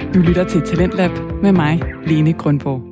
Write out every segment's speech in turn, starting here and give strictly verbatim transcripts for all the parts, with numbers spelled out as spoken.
Du lytter til Talentlab med mig, Lene Grønborg.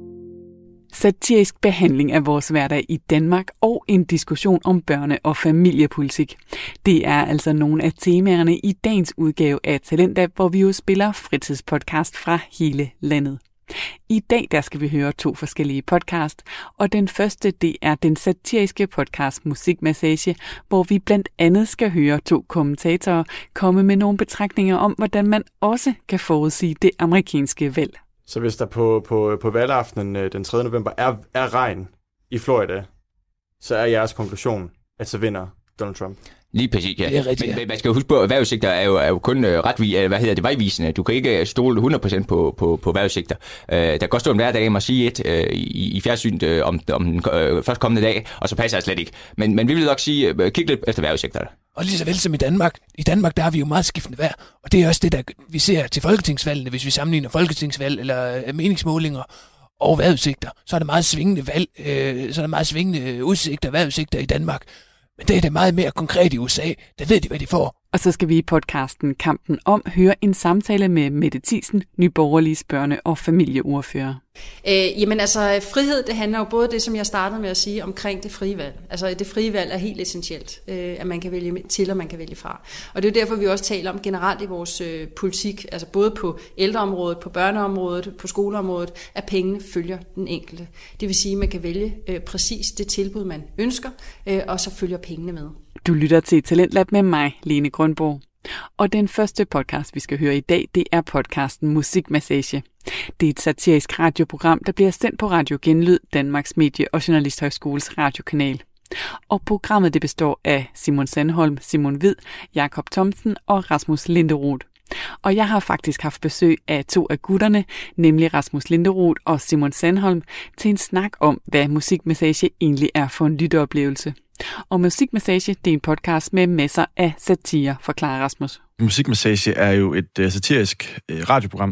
Satirisk behandling af vores hverdag i Danmark og en diskussion om børne- og familiepolitik. Det er altså nogle af temaerne i dagens udgave af Talentlab, hvor vi jo spiller fritidspodcast fra hele landet. I dag der skal vi høre to forskellige podcast, og den første det er den satiriske podcast Musikmassage, hvor vi blandt andet skal høre to kommentatorer komme med nogle betragtninger om, hvordan man også kan forudsige det amerikanske valg. Så hvis der på, på, på valgaftenen den tredje november er, er regn i Florida, så er jeres konklusion, at så vinder Donald Trump? Lige præcis, ja. Det er rigtigt, ja. Men man skal jo huske på, at vejrudsigter er jo, er jo kun ret, hvad hedder det, vejvisende. Du kan ikke stole hundrede procent på, på, på vejrudsigter. Uh, der kan godt stå en hver dag og sige et uh, i, i fjernsynet uh, om, om den uh, først kommende dag, og så passer det slet ikke. Men, men vi vil nok sige, uh, kig lidt efter vejrudsigterne. Og lige så vel som i Danmark. I Danmark, der har vi jo meget skiftende vejr. Og det er også det, der vi ser til folketingsvalgene, hvis vi sammenligner folketingsvalg eller uh, meningsmålinger og vejrudsigter. Så er det meget svingende valg, uh, så er det meget svingende udsigter, vejrudsigter i Danmark. Men det er det meget mere konkret i U S A. Der ved de, hvad de får. Og så skal vi i podcasten Kampen om høre en samtale med Mette Thiesen, Nye Borgerliges børne- og familieordfører. Øh, jamen altså, frihed, det handler jo både det, som jeg startede med at sige, omkring det frie valg. Altså, det frie valg er helt essentielt, øh, at man kan vælge til, og man kan vælge fra. Og det er jo derfor, vi også taler om generelt i vores øh, politik, altså både på ældreområdet, på børneområdet, på skoleområdet, at pengene følger den enkelte. Det vil sige, at man kan vælge øh, præcis det tilbud, man ønsker, øh, og så følger pengene med. Du lytter til Talentlab med mig, Lene Grønborg. Og den første podcast, vi skal høre i dag, det er podcasten Musikmassage. Det er et satirisk radioprogram, der bliver sendt på Radio Genlyd, Danmarks Medie- og Journalisthøjskoles radiokanal. Og programmet det består af Simon Sandholm, Simon Hvid, Jakob Thomsen og Rasmus Linderoth. Og jeg har faktisk haft besøg af to af gutterne, nemlig Rasmus Linderoth og Simon Sandholm, til en snak om, hvad Musikmassage egentlig er for en lytteoplevelse. Og Musikmassage, det er en podcast med masser af satire, forklarer Rasmus. Musikmassage er jo et uh, satirisk uh, radioprogram,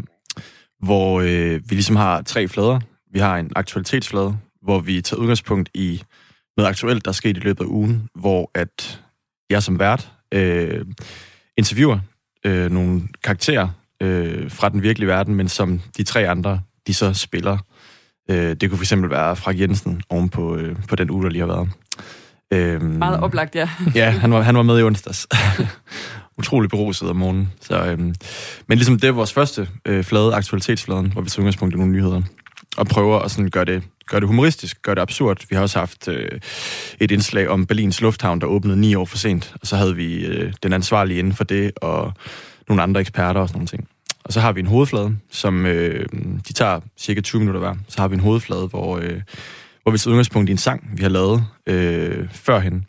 hvor uh, vi ligesom har tre flader. Vi har en aktualitetsflade, hvor vi tager udgangspunkt i noget aktuelt, der er sket i løbet af ugen, hvor at jeg som vært uh, interviewer uh, nogle karakterer uh, fra den virkelige verden, men som de tre andre, de så spiller. Uh, det kunne fx være Frank Jensen oven på, uh, på den uge, der lige har været. Øhm, Meget oplagt, ja. Ja, han var, han var med i onsdags. Utrolig beruset om morgenen. Så, øhm, men ligesom det er vores første øh, flade, aktualitetsfladen, hvor vi tager udgangspunkt i nogle nyheder. Og prøver at sådan gøre, det, gøre det humoristisk, gøre det absurd. Vi har også haft øh, et indslag om Berlins Lufthavn, der åbnede ni år for sent. Og så havde vi øh, den ansvarlige inden for det, og nogle andre eksperter og sådan nogle ting. Og så har vi en hovedflade, som øh, de tager cirka tyve minutter hver. Så har vi en hovedflade, hvor... Øh, hvor vi tager udgangspunkt i en sang, vi har lavet øh, førhen.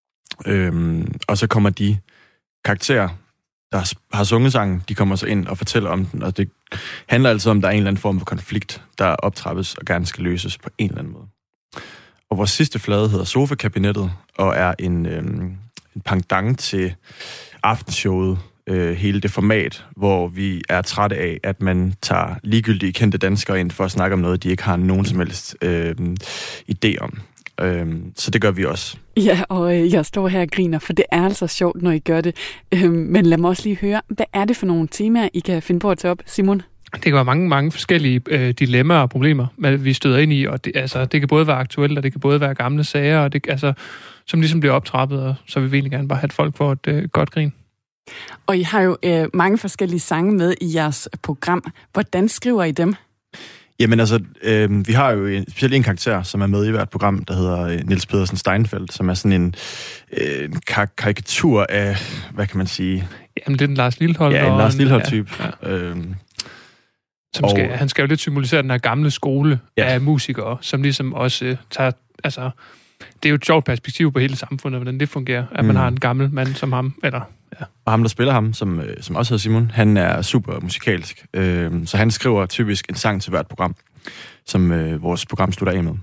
Øhm, og så kommer de karakterer, der har sunget sangen, de kommer så ind og fortæller om den. Og det handler altså om, at der er en eller anden form for konflikt, der optrappes og gerne skal løses på en eller anden måde. Og vores sidste flade hedder Sofa-kabinettet, og er en, øh, en pendant til aftenshowet, øh, hele det format, hvor vi er trætte af, at man tager ligegyldige kendte danskere ind for at snakke om noget, de ikke har nogen som helst øh, idé om. Øh, så det gør vi også. Ja, og øh, jeg står her og griner, for det er altså sjovt, når I gør det. Øh, men lad mig også lige høre, hvad er det for nogle temaer, I kan finde på at tage op, Simon? Det kan være mange, mange forskellige øh, dilemmaer og problemer, vi støder ind i, og det, altså, det kan både være aktuelt, og det kan både være gamle sager, og det, altså, som ligesom bliver optrappet, og så vil vi egentlig gerne bare have, at folk får et øh, godt grin. Og I har jo øh, mange forskellige sange med i jeres program. Hvordan skriver I dem? Jamen altså, øh, vi har jo en, specielt en karakter, som er med i hvert program, der hedder øh, Niels Pedersen Steinfeld, som er sådan en, øh, en kar- karikatur af, hvad kan man sige? Jamen, det er den Lars Lilholt. Ja, en Lars Lilholt-type. Ja, ja. Øh, som skal, og, han skal jo lidt symbolisere den her gamle skole ja. af musikere, som ligesom også øh, tager, altså, det er jo et sjovt perspektiv på hele samfundet, hvordan det fungerer, at mm. man har en gammel mand som ham, eller... Ja. Og ham, der spiller ham, som, som også hedder Simon, han er super musikalsk. Øh, så han skriver typisk en sang til hvert program, som øh, vores program slutter af med.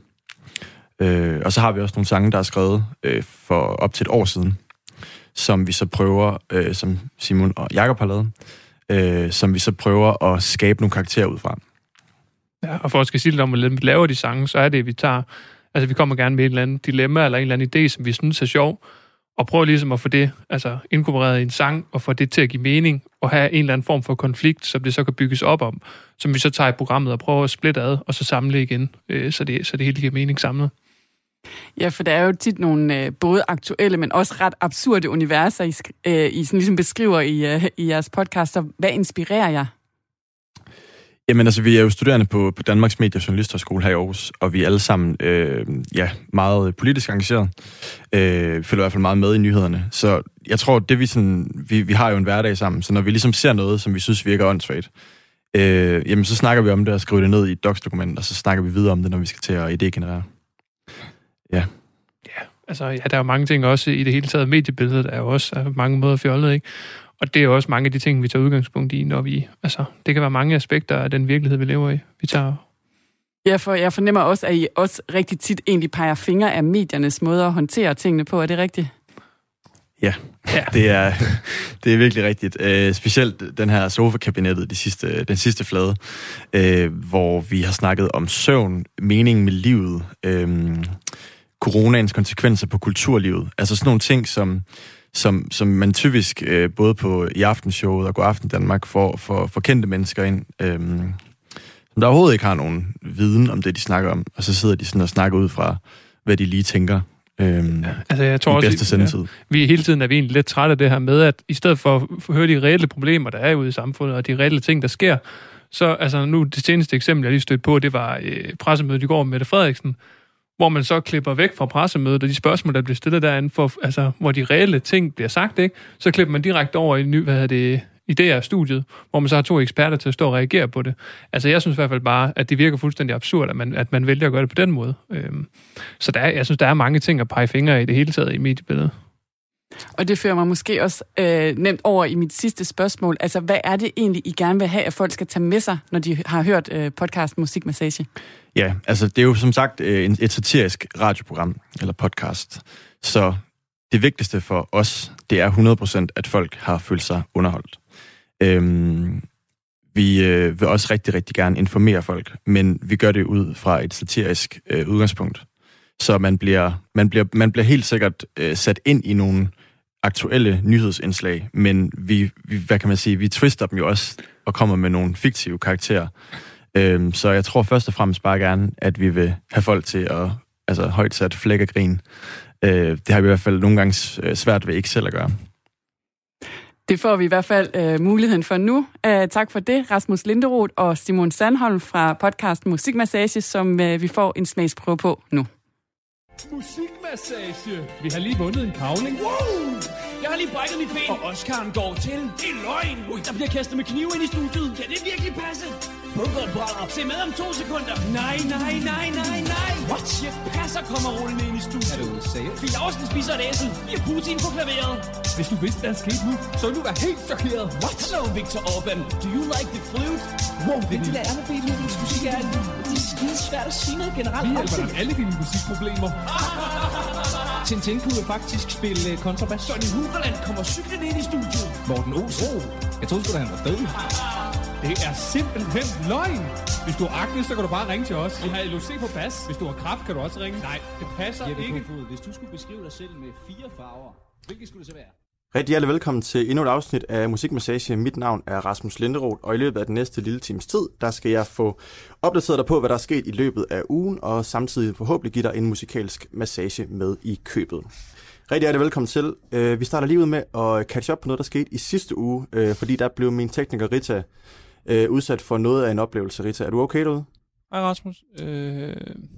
Øh, og så har vi også nogle sange, der er skrevet øh, for op til et år siden, som vi så prøver, øh, som Simon og Jakob har lavet, øh, som vi så prøver at skabe nogle karakterer ud fra. Ja, og for at skal sige lidt om, hvordan vi laver de sange, så er det, vi tager... Altså, vi kommer gerne med et eller andet dilemma, eller en eller anden idé, som vi synes er sjov, og prøver ligesom at få det altså, inkorporeret i en sang, og få det til at give mening, og have en eller anden form for konflikt, som det så kan bygges op om, som vi så tager i programmet og prøver at splitte ad, og så samle igen, øh, så, det, så det hele giver mening samlet. Ja, for der er jo tit nogle øh, både aktuelle, men også ret absurde universer, I, øh, I sådan ligesom beskriver i, øh, i jeres podcaster. Hvad inspirerer jer? Jamen altså, vi er jo studerende på, på Danmarks Medie- og Journalisterskole her i Aarhus, og vi er alle sammen øh, ja, meget politisk engageret. Øh, følger i hvert fald meget med i nyhederne. Så jeg tror, det vi sådan, vi, vi har jo en hverdag sammen, så når vi ligesom ser noget, som vi synes virker åndssvagt, øh, jamen så snakker vi om det og skriver det ned i et docs-dokument, og så snakker vi videre om det, når vi skal til at idégenerere. Ja. Ja, altså ja, der er jo mange ting også i det hele taget. Mediebilledet er jo også er mange måder fjollet, ikke? Og det er også mange af de ting, vi tager udgangspunkt i, når vi... Altså, det kan være mange aspekter af den virkelighed, vi lever i. Vi tager... Ja, for jeg fornemmer også, at I også rigtig tit egentlig peger fingre af mediernes måde at håndtere tingene på. Er det rigtigt? Ja, ja. Det, er, det er virkelig rigtigt. Uh, specielt den her sofa-kabinettet, de sidste, den sidste flade, uh, hvor vi har snakket om søvn, mening med livet, uh, coronaens konsekvenser på kulturlivet. Altså sådan nogle ting, som... Som, som man typisk øh, både på i aftenshowet og God Aften Danmark får for, for kendte mennesker ind, øhm, som der overhovedet ikke har nogen viden om det, de snakker om, og så sidder de sådan og snakker ud fra, hvad de lige tænker øhm, ja, altså jeg tror i også, bedste sendetid. Ja, vi hele tiden er vi egentlig lidt trætte af det her med, at i stedet for at høre de reelle problemer, der er ude i samfundet, og de reelle ting, der sker, så altså nu det seneste eksempel, jeg lige stødte på, det var øh, pressemødet i går med Mette Frederiksen, hvor man så klipper væk fra pressemødet, og de spørgsmål, der bliver stillet derinde, for, altså, hvor de reelle ting bliver sagt, ikke? Så klipper man direkte over i ny, hvad hedder det, idéer-studiet, hvor man så har to eksperter til at stå og reagere på det. Altså, jeg synes i hvert fald bare, at det virker fuldstændig absurd, at man, at man vælger at gøre det på den måde. Øhm, så der er, jeg synes, der er mange ting at pege fingre i det hele taget i mediebilledet. Og det fører mig måske også øh, nemt over i mit sidste spørgsmål. Altså, hvad er det egentlig, I gerne vil have, at folk skal tage med sig, når de har hørt øh, podcast Musikmassage? Ja, altså det er jo som sagt øh, et satirisk radioprogram, eller podcast. Så det vigtigste for os, det er hundrede procent, at folk har følt sig underholdt. Øhm, vi øh, vil også rigtig, rigtig gerne informere folk, men vi gør det ud fra et satirisk øh, udgangspunkt. Så man bliver, man bliver, man bliver helt sikkert øh, sat ind i nogle aktuelle nyhedsindslag, men vi, vi, hvad kan man sige, vi twister dem jo også og kommer med nogle fiktive karakterer. Øhm, så jeg tror først og fremmest bare gerne, at vi vil have folk til at altså, højt sat flæk og grin. Øh, det har vi i hvert fald nogle gange svært ved ikke selv at gøre. Det får vi i hvert fald øh, muligheden for nu. Uh, tak for det, Rasmus Linderoth og Simon Sandholm fra podcasten Musikmassage, som øh, vi får en smagsprøve på nu. Musikmassage. Vi har lige vundet en kavling. Wow! Jeg har lige brækket mit ben. Og Oscar'en går til... En løgn! Ui, der bliver kastet med knive ind i studiet. Kan det virkelig passe? Bunkeren brænder. Se med om to sekunder. Nej, nej, nej, nej, nej. What? Jeg passer kommer rullende ind i studiet. Er det ude at Fie Laursen spiser et æsel. Vi har Putin på klaveret. Hvis du vidste, hvad der skete nu, så ville du være helt chokeret. What? Hello, Victor Orban. Do you like the flute? Wow, det er de der andre Beethovens-musik er. Det er skide svært at sige noget generelt. Vi hjælper dig alle dine musikproblemer. Tintin kunne faktisk spille kontrabas. Sonny Huberland kommer cyklen ind i studiet. Morten Olsen. Oh, jeg troede sgu da, han var død. Det er simpelthen løgn. Hvis du har akne, så kan du bare ringe til os. Vi har L O C på bas. Hvis du har kræft, kan du også ringe. Nej, det passer Jeppe ikke. Kofod, hvis du skulle beskrive dig selv med fire farver, hvilke skulle det så være? Rigtig hjertelig velkommen til endnu et afsnit af Musikmassage. Mit navn er Rasmus Linderoth, og i løbet af den næste lille times tid, der skal jeg få opdateret dig på, hvad der er sket i løbet af ugen, og samtidig forhåbentlig give dig en musikalsk massage med i købet. Rigtig hjertelig velkommen til. Vi starter lige ud med at catch up på noget, der skete i sidste uge, fordi der blev min tekniker Rita udsat for noget af en oplevelse. Rita, er du okay derude? Hej Rasmus. Øh...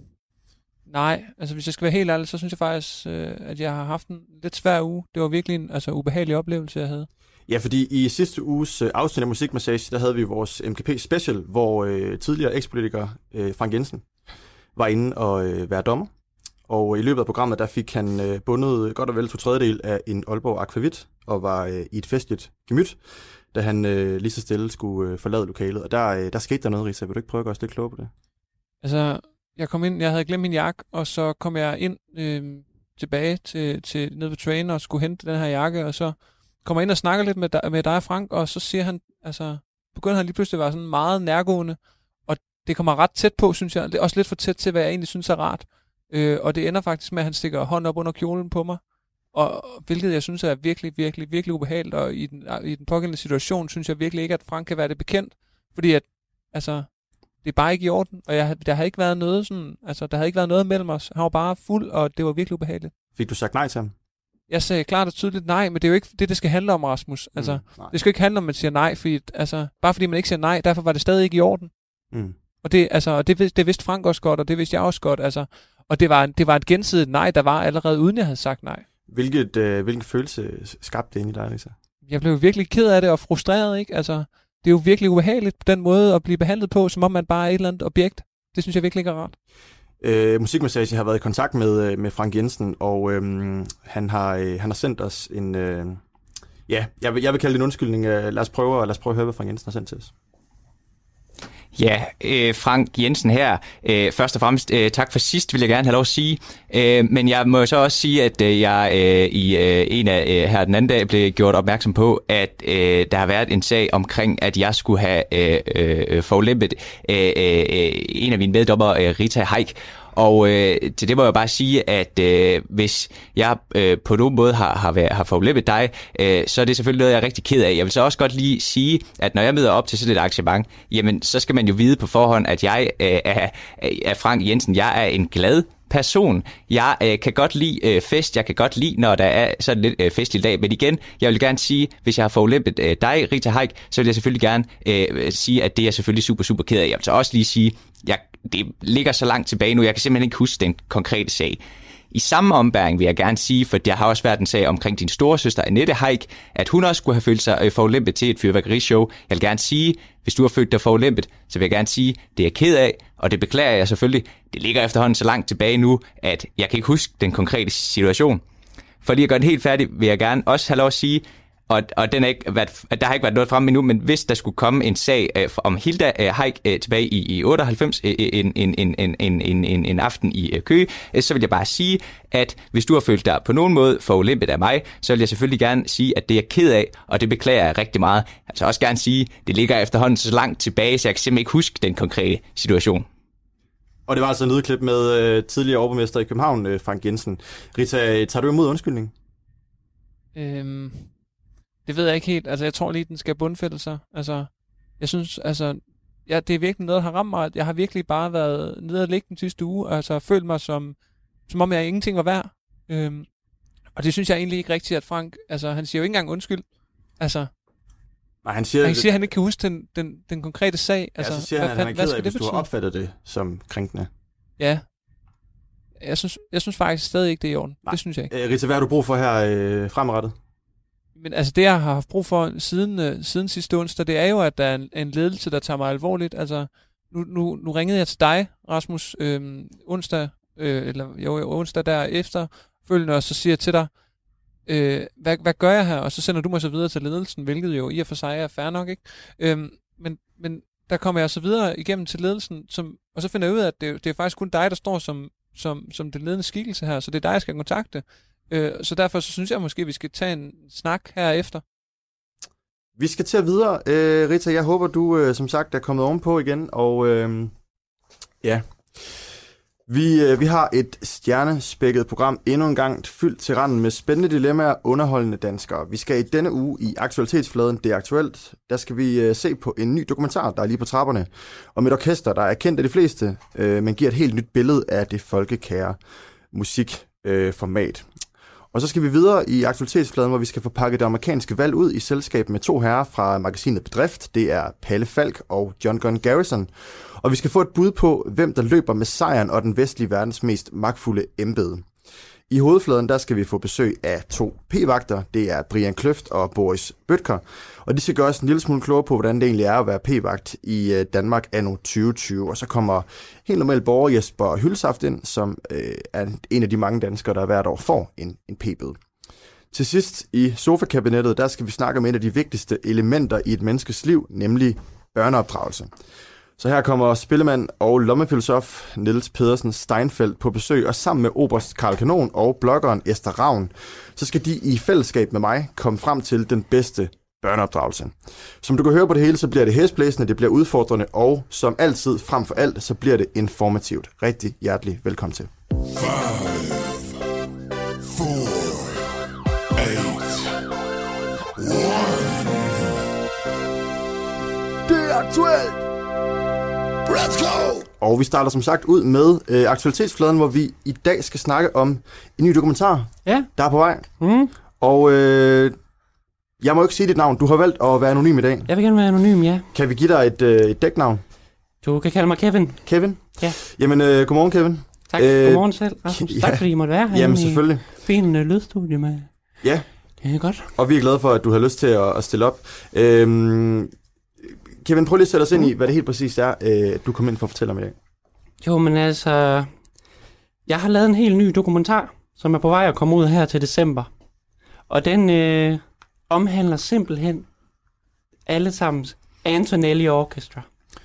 Nej, altså hvis jeg skal være helt ærlig, så synes jeg faktisk, øh, at jeg har haft en lidt svær uge. Det var virkelig en altså, ubehagelig oplevelse, jeg havde. Ja, fordi i sidste uges øh, afsnit af Musikmassage, der havde vi vores M K P Special, hvor øh, tidligere ekspolitiker øh, Frank Jensen var inde og øh, være dommer. Og i løbet af programmet, der fik han øh, bundet godt og vel to tredjedel af en Aalborg Aquavit, og var øh, i et festligt gemyt, da han øh, lige så stille skulle øh, forlade lokalet. Og der, øh, der skete der noget, Risa. Vil du ikke prøve at gøre os lidt klogere på det? Altså... Jeg kom ind, jeg havde glemt min jakke, og så kom jeg ind øh, tilbage til, til nede ved train og skulle hente den her jakke, og så kommer jeg ind og snakker lidt med dig, med dig, Frank, og så siger han, altså, begynder han lige pludselig at være sådan meget nærgående, og det kommer ret tæt på, synes jeg. Det er også lidt for tæt til, hvad jeg egentlig synes er rart. Øh, og det ender faktisk med, at han stikker hånden op under kjolen på mig, og hvilket jeg synes er virkelig, virkelig, virkelig ubehageligt, og i den, i den pågældende situation synes jeg virkelig ikke, at Frank kan være det bekendt, fordi at, altså, det er bare ikke i orden, og jeg, der har ikke været noget sådan, altså, der har ikke været noget mellem os. Han var bare fuld, og det var virkelig ubehageligt. Fik du sagt nej til ham? Jeg sagde klart og tydeligt nej, men det er jo ikke det, det skal handle om, Rasmus. Altså, mm, det skal ikke handle om, at man siger nej, fordi, altså, bare fordi man ikke siger nej, derfor var det stadig ikke i orden. Mm. Og det, altså, og det, det vidste Frank også godt, og det vidste jeg også godt, altså, og det var, det var et gensidigt nej, der var allerede uden jeg havde sagt nej. Hvilket, øh, hvilken følelse skabte det ind i dig, Rita? Jeg blev virkelig ked af det og frustreret, ikke? Altså, det er jo virkelig ubehageligt på den måde at blive behandlet på, som om man bare er et eller andet objekt. Det synes jeg virkelig ikke er rart. Øh, Musikmassage har været i kontakt med, med Frank Jensen, og øhm, han, har, øh, han har sendt os en... Øh, ja, jeg vil, jeg vil kalde det en undskyldning. Lad os prøve, lad os prøve at høre, hvad Frank Jensen har sendt til os. Ja, øh, Frank Jensen her. Øh, først og fremmest øh, tak for sidst, vil jeg gerne have lov at sige. Øh, men jeg må så også sige, at øh, jeg øh, i øh, en af øh, her den anden dag blev gjort opmærksom på, at øh, der har været en sag omkring, at jeg skulle have øh, øh, forulempet øh, øh, en af mine meddommer, øh, Rita Haik. Og øh, til det må jeg bare sige, at øh, hvis jeg øh, på nogen måde har, har, været, har forulempet dig, øh, så er det selvfølgelig noget, jeg er rigtig ked af. Jeg vil så også godt lige sige, at når jeg møder op til sådan et arrangement, jamen så skal man jo vide på forhånd, at jeg øh, er, er Frank Jensen. Jeg er en glad person. Jeg øh, kan godt lide øh, fest, jeg kan godt lide, når der er sådan lidt øh, festlig dag, men igen, jeg vil gerne sige, hvis jeg har forulempet øh, dig, Rita Haik, så vil jeg selvfølgelig gerne øh, sige, at det er jeg selvfølgelig super, super ked af. Jeg vil så også lige sige, jeg, det ligger så langt tilbage nu, jeg kan simpelthen ikke huske den konkrete sag. I samme ombæring vil jeg gerne sige, for der har også været en sag omkring din storesøster Annette Haik, at hun også skulle have følt sig forulempet til et fyrværkerishow. Jeg vil gerne sige, hvis du har følt dig forulempet, så vil jeg gerne sige, det er jeg ked af, og det beklager jeg selvfølgelig. Det ligger efterhånden så langt tilbage nu, at jeg kan ikke huske den konkrete situation. For lige at gøre den helt færdig, vil jeg gerne også have lov at sige, og, og den er ikke været, der har ikke været noget fremme endnu, men hvis der skulle komme en sag øh, om Hilda øh, Haik øh, tilbage i, i otteoghalvfems, øh, en, en, en, en, en, en, en aften i øh, Køge, øh, så vil jeg bare sige, at hvis du har følt dig på nogen måde forulempet af mig, så vil jeg selvfølgelig gerne sige, at det er jeg ked af, og det beklager jeg rigtig meget. Jeg vil også gerne sige, at det ligger efterhånden så langt tilbage, så jeg kan simpelthen ikke huske den konkrete situation. Og det var altså en lydklip med øh, tidligere overborgmester i København, øh, Frank Jensen. Rita, tager du imod undskyldning? Øhm... Det ved jeg ikke helt. Altså, jeg tror lige, den skal bundfælde sig. Altså, jeg synes, altså, ja, det er virkelig noget, der har ramt mig. Jeg har virkelig bare været nede og ligge den sidste uge, og altså, følt mig som, som om jeg ingenting var værd. Øhm, og det synes jeg egentlig ikke rigtigt, at Frank, altså, han siger jo ikke engang undskyld. Altså, nej, han siger, han siger, at han ikke kan huske den, den, den konkrete sag. Altså, ja, så siger han, at han er ked af, hvis du har opfattet det som krænkende. Ja. Jeg synes, jeg synes faktisk stadig ikke, det er i orden. Nej. Det synes jeg ikke. Rita, hvad har du brug for her øh, fremadrettet? Men altså det, jeg har haft brug for siden, øh, siden sidste onsdag, det er jo, at der er en, en ledelse, der tager mig alvorligt. Altså, nu, nu, nu ringede jeg til dig, Rasmus, øh, onsdag, øh, eller jo, onsdag derefter, følgende, og så siger jeg til dig, øh, hvad, hvad gør jeg her? Og så sender du mig så videre til ledelsen, hvilket jo i og for sig er fair nok, ikke? Øh, men, men der kommer jeg så videre igennem til ledelsen, som, og så finder jeg ud af, at det, det er faktisk kun dig, der står som, som, som den ledende skikkelse her, så det er dig, jeg skal kontakte. Så derfor så synes jeg måske, at vi skal tage en snak herefter. Vi skal til at videre. Øh, Rita, jeg håber, du øh, som sagt er kommet ovenpå igen. Og øh, ja, vi, øh, vi har et stjernespækket program endnu en gang fyldt til randen med spændende dilemmaer, underholdende danskere. Vi skal i denne uge i aktualitetsfladen Det er Aktuelt. Der skal vi øh, se på en ny dokumentar, der er lige på trapperne. Om et orkester, der er kendt af de fleste, øh, men giver et helt nyt billede af det folkekære musikformat. Øh, Og så skal vi videre i aktualitetsfladen, hvor vi skal få pakket det amerikanske valg ud i selskab med to herrer fra magasinet Bedrift. Det er Palle Falk og John Gunn Garrison. Og vi skal få et bud på, hvem der løber med sejren og den vestlige verdens mest magtfulde embede. I hovedfladen der skal vi få besøg af to p-vagter. Det er Brian Kløft og Boris Bødker. Og de skal gøre os en lille smule klogere på, hvordan det egentlig er at være p-vagt i Danmark anno tyve tyve. Og så kommer helt normalt borger Jesper Hylsaft ind, som øh, er en af de mange danskere, der hvert år får en, en p-bøde. Til sidst i sofakabinettet, der skal vi snakke om et af de vigtigste elementer i et menneskes liv, nemlig børneopdragelse. Så her kommer spillemand og lommefilosof Niels Pedersen Steinfeld på besøg, og sammen med oberst Karl Kanon og bloggeren Esther Ravn, så skal de i fællesskab med mig komme frem til den bedste børneopdragelse. Som du kan høre på det hele, så bliver det hæsblæsende, det bliver udfordrende, og som altid, frem for alt, så bliver det informativt. Rigtig hjertelig velkommen til. five, four, Aktuelt! Let's go! Og vi starter som sagt ud med øh, aktualitetsfladen, hvor vi i dag skal snakke om en ny dokumentar, ja. der er på vej. Mm. Og øh, jeg må ikke sige dit navn. Du har valgt at være anonym i dag. Jeg vil gerne være anonym, ja. Kan vi give dig et, øh, et dæknavn? Du kan kalde mig Kevin. Kevin? Ja. Jamen, øh, godmorgen, Kevin. Tak. Øh, godmorgen selv, Rasmus. Ja. Tak, fordi I måtte være her. Jamen, selvfølgelig. I fin øh, lydstudie med. Ja. Det er godt. Og vi er glade for, at du har lyst til at, at stille op. Øhm, Kevin, prøv lige at sætte os ind i, hvad det helt præcis er, øh, du kom ind for at fortælle om i dag. Jo, men altså... Jeg har lavet en helt ny dokumentar, som er på vej at komme ud her til december. Og den øh, omhandler simpelthen alle sammen Antonelli Orchestra.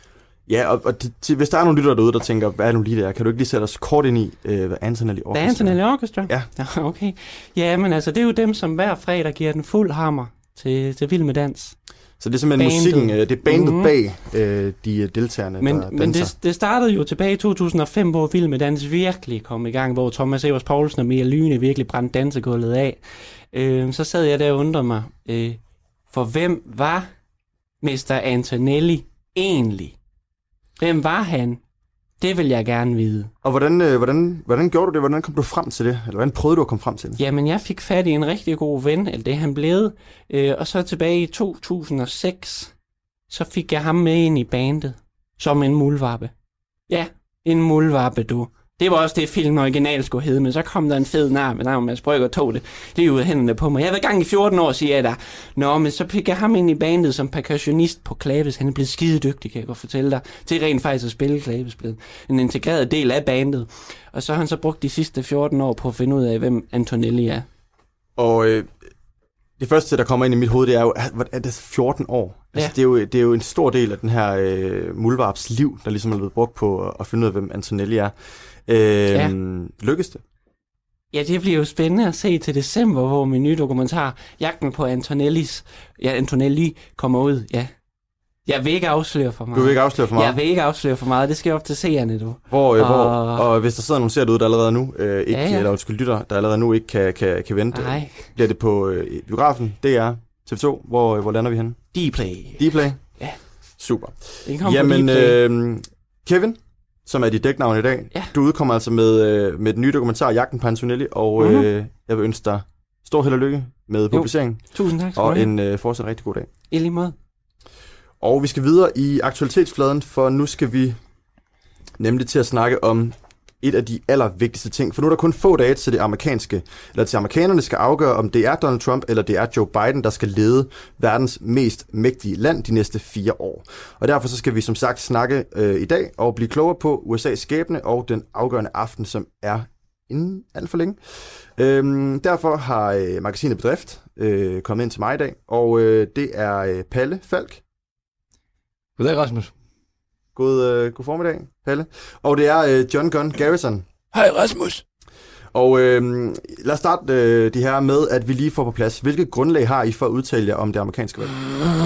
Ja, og, og t- t- hvis der er nogle lyttere derude, der tænker, hvad er nu lige der? Kan du ikke lige sætte os kort ind i, øh, hvad Antonelli Orchestra er? Hvad Antonelli Orchestra? Ja. Ja, okay. Ja, men altså, det er jo dem, som hver fredag giver den fuld hammer til, til Vild med Dans. Så det er simpelthen bandet. musikken, øh, det er bandet mm-hmm. bag øh, de deltagerne, men, der danser. Men det, det startede jo tilbage i to tusind og fem, hvor Vild med Dans virkelig kom i gang, hvor Thomas Evers Poulsen og Mia Lyne virkelig brændte dansegulvet af. Øh, så sad jeg der og undrede mig, øh, for hvem var mister Antonelli egentlig? Hvem var han? Det vil jeg gerne vide. Og hvordan, øh, hvordan, hvordan gjorde du det? Hvordan kom du frem til det? Eller hvordan prøvede du at komme frem til det? Jamen, jeg fik fat i en rigtig god ven, eller det er han blevet. Øh, og så tilbage i to tusind og seks, så fik jeg ham med ind i bandet. Som en muldvarpe. Ja, en muldvarpe, du. Det var også det, filmen originalt skulle hedde, men så kom der en fed nar med navn Mads Brygger og tog det lige ud af hænderne på mig. Jeg har været i gang i fjorten år, siger jeg der. Nå, men så fik jeg ham ind i bandet som percussionist på klaves. Han er blevet skide dygtig, kan jeg godt fortælle dig, til rent faktisk at spille klaves. En integreret del af bandet. Og så har han så brugt de sidste fjorten år på at finde ud af, hvem Antonelli er. Og øh, det første, der kommer ind i mit hoved, det er jo, er det fjorten år? Altså, Ja. det, er jo, det er jo en stor del af den her øh, muldvarps liv, der ligesom er blevet brugt på at finde ud af, hvem Antonelli er. Øh, ja. Lykkes det? Ja, det bliver jo spændende at se til december, hvor min nye dokumentar, Jagten på Antonellis, ja, Antonelli, kommer ud, ja. Jeg vil ikke afsløre for meget. Du vil ikke afsløre for meget? Jeg vil ikke afsløre for meget. Det skal op til seerne, du. Hvor, øh, og... hvor, og hvis der sidder nogle seere derude, der allerede nu, øh, ikke, ja, ja. eller undskyld lytter, der allerede nu ikke kan, kan, kan vente, Nej. bliver det på øh, biografen, D R, T V to, hvor, øh, hvor lander vi henne? Dplay. Dplay? Ja. Super. Jamen, øh, Kevin, som er dit dæknavn i dag, ja. du udkommer altså med, øh, med den nye dokumentar, Jagten på Antonelli, og mm-hmm. øh, jeg vil ønske dig stor held og lykke med publiceringen. Tusind tak. Og en øh, fortsat rigtig god dag. I lige måde. Og vi skal videre i aktualitetsfladen, for nu skal vi nemlig til at snakke om et af de allervigtigste ting. For nu er der kun få dage til det amerikanske, eller til amerikanerne skal afgøre, om det er Donald Trump eller det er Joe Biden, der skal lede verdens mest mægtige land de næste fire år. Og derfor så skal vi som sagt snakke øh, i dag og blive klogere på U S A's skæbne og den afgørende aften, som er inden alt for længe. Øhm, derfor har øh, magasinet Bedrift øh, kommet ind til mig i dag, og øh, det er øh, Palle Falk. Goddag, Rasmus. God, øh, god formiddag, Palle. Og det er øh, John Gunn Garrison. Hej, Rasmus. Og øh, lad os starte øh, de her med, at vi lige får på plads. Hvilket grundlag har I for at udtale jer om det amerikanske valg?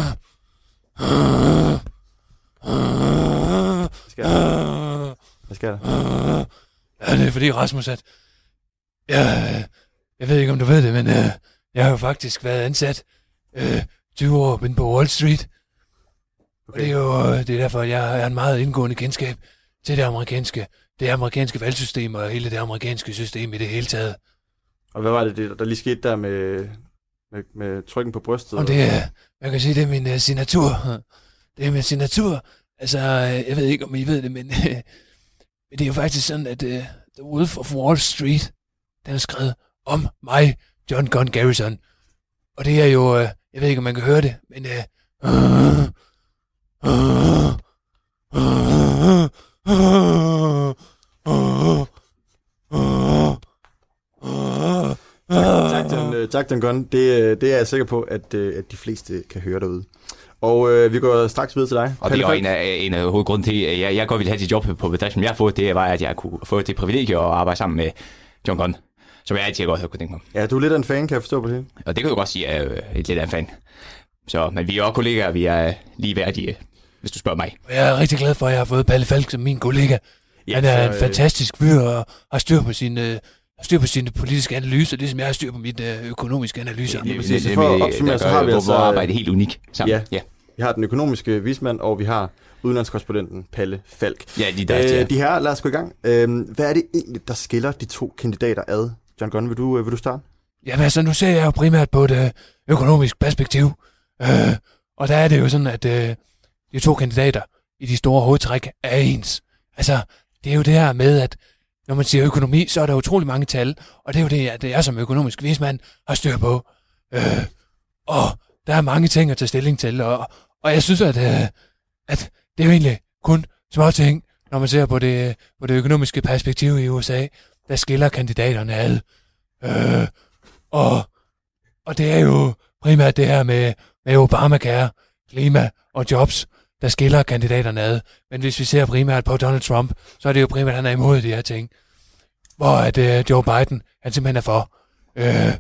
Hvad skal der? Hvad skal der? Ja, det er fordi, Rasmus, at jeg, jeg ved ikke, om du ved det, men øh, jeg har jo faktisk været ansat øh, tyve år inde på Wall Street. Okay. Og det er jo det er derfor, at jeg har en meget indgående kendskab til det amerikanske, det amerikanske valgsystem og hele det amerikanske system i det hele taget. Og hvad var det, der lige skete der med, med, med trykken på brystet? Og det er, jeg kan sige, det er min uh, signatur. Det er min signatur. Altså, uh, jeg ved ikke, om I ved det, men uh, det er jo faktisk sådan, at uh, The Wolf of Wall Street, den er skrevet om mig, John Gunn Garrison. Og det er jo, uh, jeg ved ikke, om man kan høre det, men uh, uh, Tak, den, tak, den Gunn. Det, det er jeg sikker på, at, at de fleste kan høre derude. Og øh, vi går straks videre til dig. Og det er en af, en af hovedgrunden til, at jeg, jeg godt ville have dit job på bedriften, jeg har fået, det var, at jeg kunne få det privilegie at arbejde sammen med John Gunn, som jeg altid godt havde kunne tænke mig. Ja, du er lidt af en fan, kan jeg forstå på det. Og det kan du godt sige, at jeg er lidt af en fan. Så, men vi er også kollegaer, vi er ligeværdige, hvis du spørger mig. Jeg er rigtig glad for, at jeg har fået Palle Falk som min kollega. Ja, han er så, en fantastisk fyr og har styr på sine, styr på sine politiske analyser, ligesom jeg har styr på mine økonomiske analyser. Det, det, det, det, det, det, det, det, det gør vores arbejde helt unik sammen. Ja. Ja. Vi har den økonomiske vismand, og vi har udenlandskorrespondenten Palle Falk. Ja, de der, ja. Øh, de her, lad os gå i gang. Øh, hvad er det egentlig, der skiller de to kandidater ad? John Gunn, vil du, vil du starte? Jamen altså, nu ser jeg jo primært på et økonomisk perspektiv. Øh, og der er det jo sådan, at øh, de to kandidater i de store hovedtræk er ens. Altså, det er jo det her med, at når man siger økonomi, så er der utrolig mange tal, og det er jo det, at det er som økonomisk vismand har styr på. Øh, og der er mange ting at tage stilling til, og, og jeg synes, at, øh, at det er jo egentlig kun små ting, når man ser på det, på det økonomiske perspektiv i U S A, der skiller kandidaterne ad. Øh, og, og det er jo primært det her med, med Obamacare, klima og jobs, der skiller kandidaterne ad. Men hvis vi ser primært på Donald Trump, så er det jo primært, at han er imod de her ting. Hvor at uh, Joe Biden, han simpelthen er for. Øh,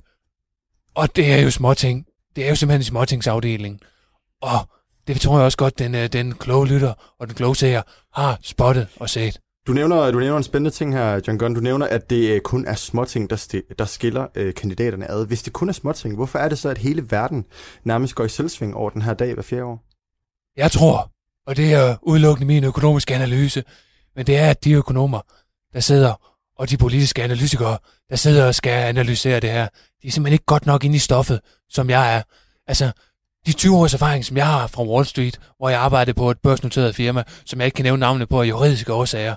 og det er jo småting. Det er jo simpelthen en småtingsafdeling. Og det tror jeg også godt, den, den kloge lytter og den kloge seer har spottet og set. Du nævner, du nævner en spændende ting her, John Gunn. Du nævner, at det kun er småting, der, sti- der skiller øh, kandidaterne ad. Hvis det kun er småting, hvorfor er det så, at hele verden nærmest går i selvsving over den her dag hver fjerde år? Jeg tror, og det er udelukkende min økonomiske analyse, men det er, at de økonomer, der sidder, og de politiske analytikere, der sidder og skal analysere det her, de er simpelthen ikke godt nok inde i stoffet, som jeg er. Altså, de tyve års erfaring, som jeg har fra Wall Street, hvor jeg arbejdede på et børsnoteret firma, som jeg ikke kan nævne navnet på af juridiske årsager.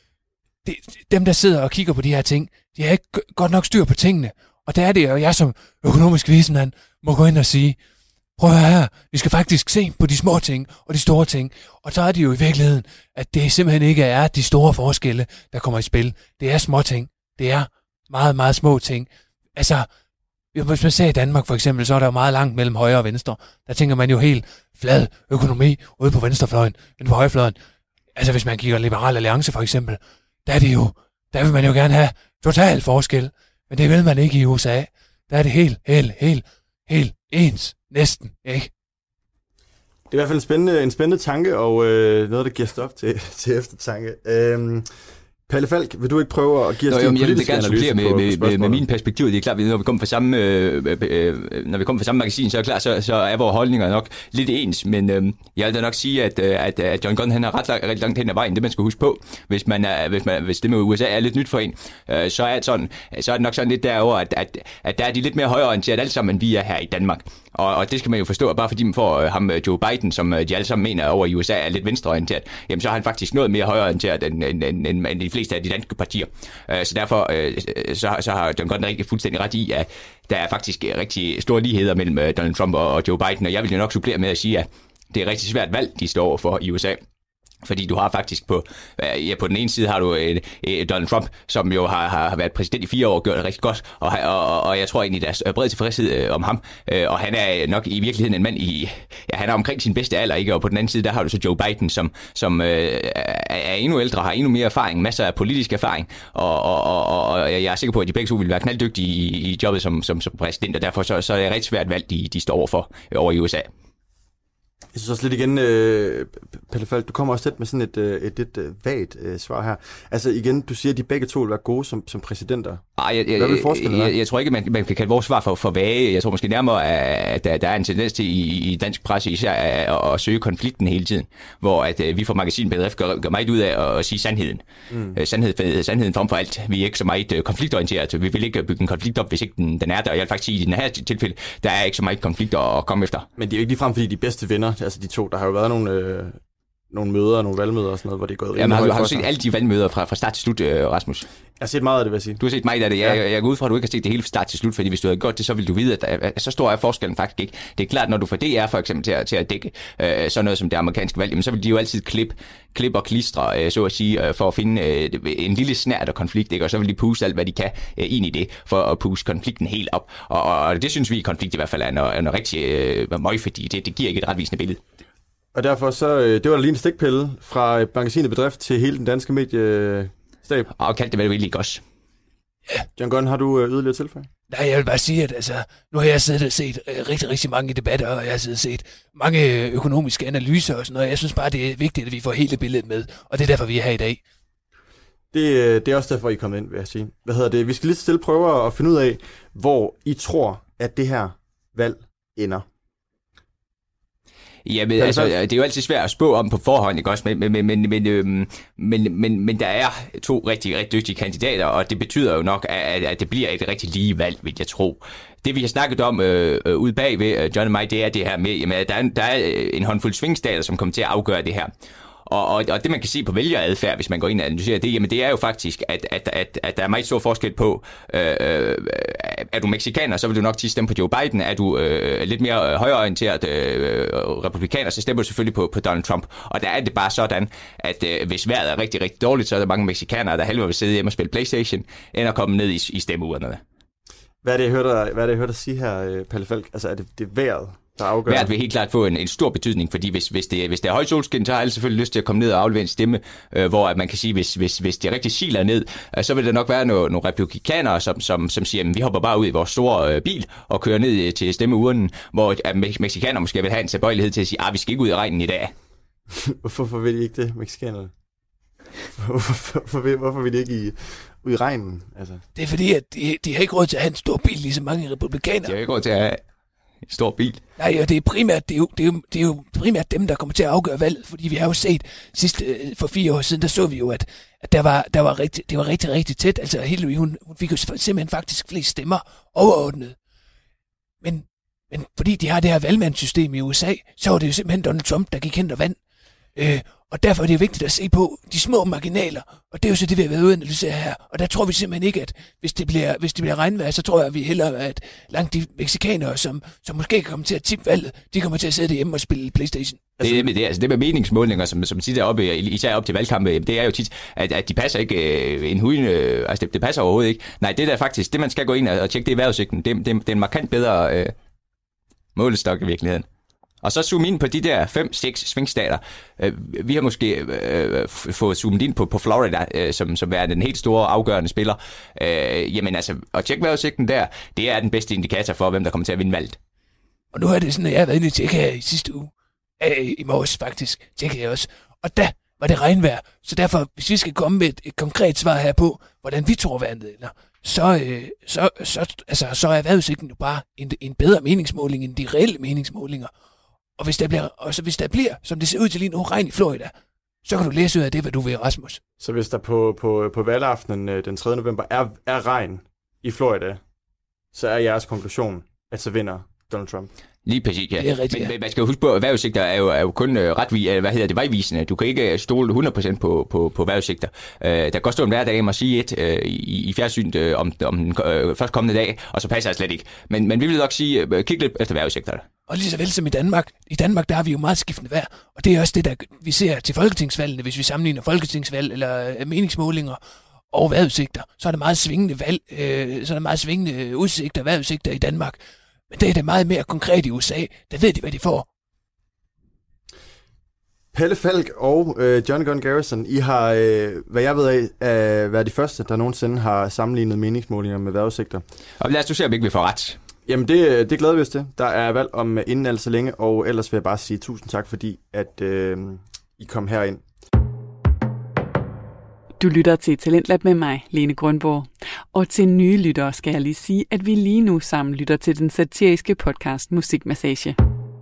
Det, dem, der sidder og kigger på de her ting, de har ikke godt nok styr på tingene. Og der er det, og jeg som økonomisk vismand må gå ind og sige, prøv at høre her, vi skal faktisk se på de små ting og de store ting. Og så er det jo i virkeligheden, at det simpelthen ikke er de store forskelle, der kommer i spil. Det er små ting. Det er meget, meget små ting. Altså, hvis man ser i Danmark for eksempel, så er der jo meget langt mellem højre og venstre. Der tænker man jo helt flad økonomi ude på venstrefløjen, men på højrefløjen. Altså hvis man kigger Liberal Alliance for eksempel, der er det jo, der vil man jo gerne have total forskel. Men det vil man ikke i U S A. Der er det helt, helt, helt, helt ens. Næsten, ikke? Det er i hvert fald en spændende, en spændende tanke, og øh, noget, der giver stof til, til eftertanke. Øhm, Palle Falk, vil du ikke prøve at give os en politisk analyse med, på, med, på med, med mine perspektiver? Det er klart, når vi kommer fra samme, øh, øh, når vi kommer fra samme magasin, så er klart, så, så er vores holdninger nok lidt ens. Men øh, jeg vil da nok sige, at, at, at John Gunn han er ret langt, ret langt hen ad vejen. Det man skal huske på, hvis man er, hvis man, hvis det med U S A er lidt nyt for en, øh, så er det sådan, så er det nok sådan lidt derover, at, at, at der er de lidt mere højreorienteret alle sammen, end vi er her i Danmark. Og, og det skal man jo forstå, at bare fordi man får øh, ham Joe Biden, som øh, de alle sammen mener over i U S A er lidt venstreorienteret, jamen så har han faktisk noget mere højreorienteret end, end, end, end, end de fleste af de danske partier. Øh, så derfor øh, så, så har John Gunn rigtig fuldstændig ret i, at der er faktisk rigtig store ligheder mellem øh, Donald Trump og, og Joe Biden, og jeg vil jo nok supplere med at sige, at det er et rigtig svært valg, de står overfor i U S A. Fordi du har faktisk på, ja, på den ene side har du eh, eh, Donald Trump, som jo har, har været præsident i fire år og gjort det rigtig godt, og, og, og jeg tror egentlig, der er bred tilfredshed eh, om ham, eh, og han er nok i virkeligheden en mand i, ja, han er omkring sin bedste alder, ikke? Og på den anden side, der har du så Joe Biden, som, som eh, er endnu ældre, har endnu mere erfaring, masser af politisk erfaring, og, og, og, og jeg er sikker på, at de begge to vil være knalddygtige i, i jobbet som, som, som præsident, og derfor så, så er det et rigtig svært valg, de, de står overfor over i U S A. Jeg synes også lidt igen, øh, Palle Falk, du kommer også lidt med sådan et, øh, et lidt øh, vagt øh, svar her. Altså igen, du siger, at de begge to vil være gode som, som præsidenter. Ej, jeg, jeg, Hvad vil forskellen være? Jeg, jeg tror ikke, man, man kan kalde vores svar for, for vage. Jeg tror måske nærmere, at der, der er en tendens til i, i dansk presse især at, at søge konflikten hele tiden. Hvor at, vi fra Magasin Bedrift gør, gør meget ud af at, at sige sandheden. Mm. Sandhed, sandheden frem for alt. Vi er ikke så meget konfliktorienteret. Vi vil ikke bygge en konflikt op, hvis ikke den, den er der. Og jeg vil faktisk sige, at i den her tilfælde, der er ikke så meget konflikt at komme efter. Men det er jo ikke ligefrem, fordi de er bedste venner. Altså de to, der har jo været nogle, øh, nogle møder, nogle valgmøder og sådan noget, hvor det er gået. Ja, men har du, har du set alle de valgmøder fra, fra start til slut, øh, Rasmus? Jeg har set meget af det, vil jeg sige. Du har set meget af det. Jeg, ja. jeg, jeg går ud fra, at du ikke har set det hele fra start til slut, fordi hvis du havde gjort det, så ville du vide, at, der, at så stor er forskellen faktisk ikke. Det er klart, når du får D R for eksempel til at, til at dække øh, sådan noget som det amerikanske valg, jamen, så vil de jo altid klippe klip og klistre, øh, så at sige, øh, for at finde øh, en lille snært af konflikt, ikke? Og så vil de puste alt, hvad de kan øh, ind i det, for at puste konflikten helt op. Og, og det synes vi i konflikt i hvert fald er noget, noget rigtig øh, møg, fordi det, det giver ikke et retvisende billede. Og derfor så, det var da lige en stikpille fra Magasinet Bedrift til hele den danske mediestab. Og kaldte det vel virkelig også. Ja. John Gunn, har du yderligere tilføje? Nej, jeg vil bare sige, at altså, nu har jeg siddet og set uh, rigtig, rigtig mange debatter, og jeg har siddet og set mange økonomiske analyser og sådan noget. Jeg synes bare, det er vigtigt, at vi får hele billedet med, og det er derfor, vi er her i dag. Det, det er også derfor, I er kommet ind, vil jeg sige. Hvad hedder det? Vi skal lige stille prøve at finde ud af, hvor I tror, at det her valg ender. Ja, men, altså, det er jo altid svært at spå om på forhånd, ikke også? Men, men, men, men, men, øhm, men, men, men der er to rigtig, rigtig dygtige kandidater, og det betyder jo nok, at, at det bliver et rigtig lige valg, vil jeg tro. Det vi har snakket om øh, øh, ude bagved, øh, John og mig, det er det her med, jamen, der, er, der er en håndfuld swingstater, som kommer til at afgøre det her. Og, og, og det man kan se på vælgeradfærd, hvis man går ind og analyserer det, jamen det er jo faktisk, at, at, at, at der er meget stor forskel på, øh, øh, er du mexikaner, så vil du nok tit stemme på Joe Biden. Er du øh, lidt mere højreorienteret øh, republikaner, så stemmer du selvfølgelig på, på Donald Trump. Og der er det bare sådan, at øh, hvis vejret er rigtig, rigtig dårligt, så er der mange mexikanere, der halvere vil sidde hjemme og spille PlayStation, end at komme ned i, i stemmeurnerne. Hvad er det, jeg hørte dig, hvad er det, jeg hørte dig sige her, Palle Falk? Altså, er det, det vejret, der afgør? Vejret vil helt klart få en, en stor betydning, fordi hvis, hvis, det, hvis det er højt solskin, så har alle selvfølgelig lyst til at komme ned og aflevere en stemme, øh, hvor at man kan sige, hvis, hvis, hvis det rigtig siler ned, øh, så vil der nok være nogle, nogle republikanere, som, som, som siger, at vi hopper bare ud i vores store øh, bil og kører ned til stemmeurnen, hvor at mexikanere måske vil have en tilbøjelighed til at sige, at vi skal ikke ud i regnen i dag. Hvorfor vil de ikke det, mexikanerne? Hvorfor, hvorfor, hvorfor vil de ikke i, ud i regnen? Altså? Det er fordi, at de, de har ikke råd til at have en stor bil, ligesom mange republikanere. De har ikke råd til at have en stor bil. Nej, og det er primært, det er jo, det er jo, det er jo primært dem, der kommer til at afgøre valget, fordi vi har jo set sidste, for fire år siden, der så vi jo, at, at der var, der var rigtig, det var rigtig, rigtig tæt. Altså Hillary, hun, hun fik jo simpelthen faktisk flest stemmer overordnet. Men, men fordi de har det her valgmandssystem i U S A, så var det jo simpelthen Donald Trump, der gik hen og vandt. Øh, og derfor er det vigtigt at se på de små marginaler, og det er jo så det, vi har været ude at analysere her. Og der tror vi simpelthen ikke, at hvis det bliver, hvis det bliver regnvejr, så tror jeg, at vi hellere, at langt de mexikanere, som, som måske kan komme til at tippe valget, de kommer til at sidde hjemme og spille PlayStation. Det er det med, det, altså det med meningsmålinger, som, som tit er oppe, især op til valgkampe, det er jo tit, at, at de passer ikke øh, en huden, øh, altså det, det passer overhovedet ikke. Nej, det der faktisk, det man skal gå ind og, og tjekke, det er vejrudsigten. Det, det, det er en markant bedre øh, målestok i virkeligheden. Og så zoom ind på de der fem, seks svingstater. Vi har måske øh, fået zoomet ind på, på Florida, øh, som, som er den helt store afgørende spiller. Øh, jamen altså, at tjekke vejrudsigten der, det er den bedste indikator for, hvem der kommer til at vinde valget. Og nu er det sådan, at jeg har været inde og tjekke her i sidste uge. Æh, I morges faktisk, tjekkede jeg også. Og der var det regnvejr. Så derfor, hvis vi skal komme med et, et konkret svar her på, hvordan vi tror vandet ender, så, øh, så, så, altså, så er vejrudsigten jo bare en, en bedre meningsmåling end de reelle meningsmålinger. Og hvis der bliver, og så hvis der bliver, som det ser ud til lige nu, regn i Florida, så kan du læse ud af det, hvad du vil, Rasmus. Så hvis der på, på, på valgaftenen den tredje november er, er regn i Florida, så er jeres konklusion, at så vinder Donald Trump? Lige præcis, ja. Det er rigtigt, men, ja. men man skal jo huske på, at vejrudsigter er jo, er jo kun øh, ret, hvad hedder det, vejvisende. Du kan ikke stole hundrede procent på, på, på vejrudsigter. Øh, der kan godt stå en hver dag og sige et øh, i, i fjernsynet øh, om, om den øh, først kommende dag, og så passer jeg slet ikke. Men, men vi vil nok sige, øh, kig lidt efter vejrudsigterne. Og lige så vel som i Danmark. I Danmark, der har vi jo meget skiftende vejr, og det er også det, der vi ser til folketingsvalgene, hvis vi sammenligner folketingsvalg eller øh, meningsmålinger og vejrudsigter, så er der meget svingende valg, øh, så er der meget svingende udsigter og vejrudsigter i Danmark. Men det er det meget mere konkret i U S A. Der ved de, hvad de får. Palle Falk og øh, John Gunn Garrison, I har, øh, hvad jeg ved af, øh, været de første, der nogensinde har sammenlignet meningsmålinger med vejrudsigter. Og lad os nu se, om ikke vi får ret. Jamen, det, det glæder vi os til. Der er valg om inden alt så længe, og ellers vil jeg bare sige tusind tak, fordi at øh, I kom herind. Du lytter til Talentlab med mig, Lene Grønborg. Og til nye lyttere skal jeg lige sige, at vi lige nu sammen lytter til den satiriske podcast Musikmassage.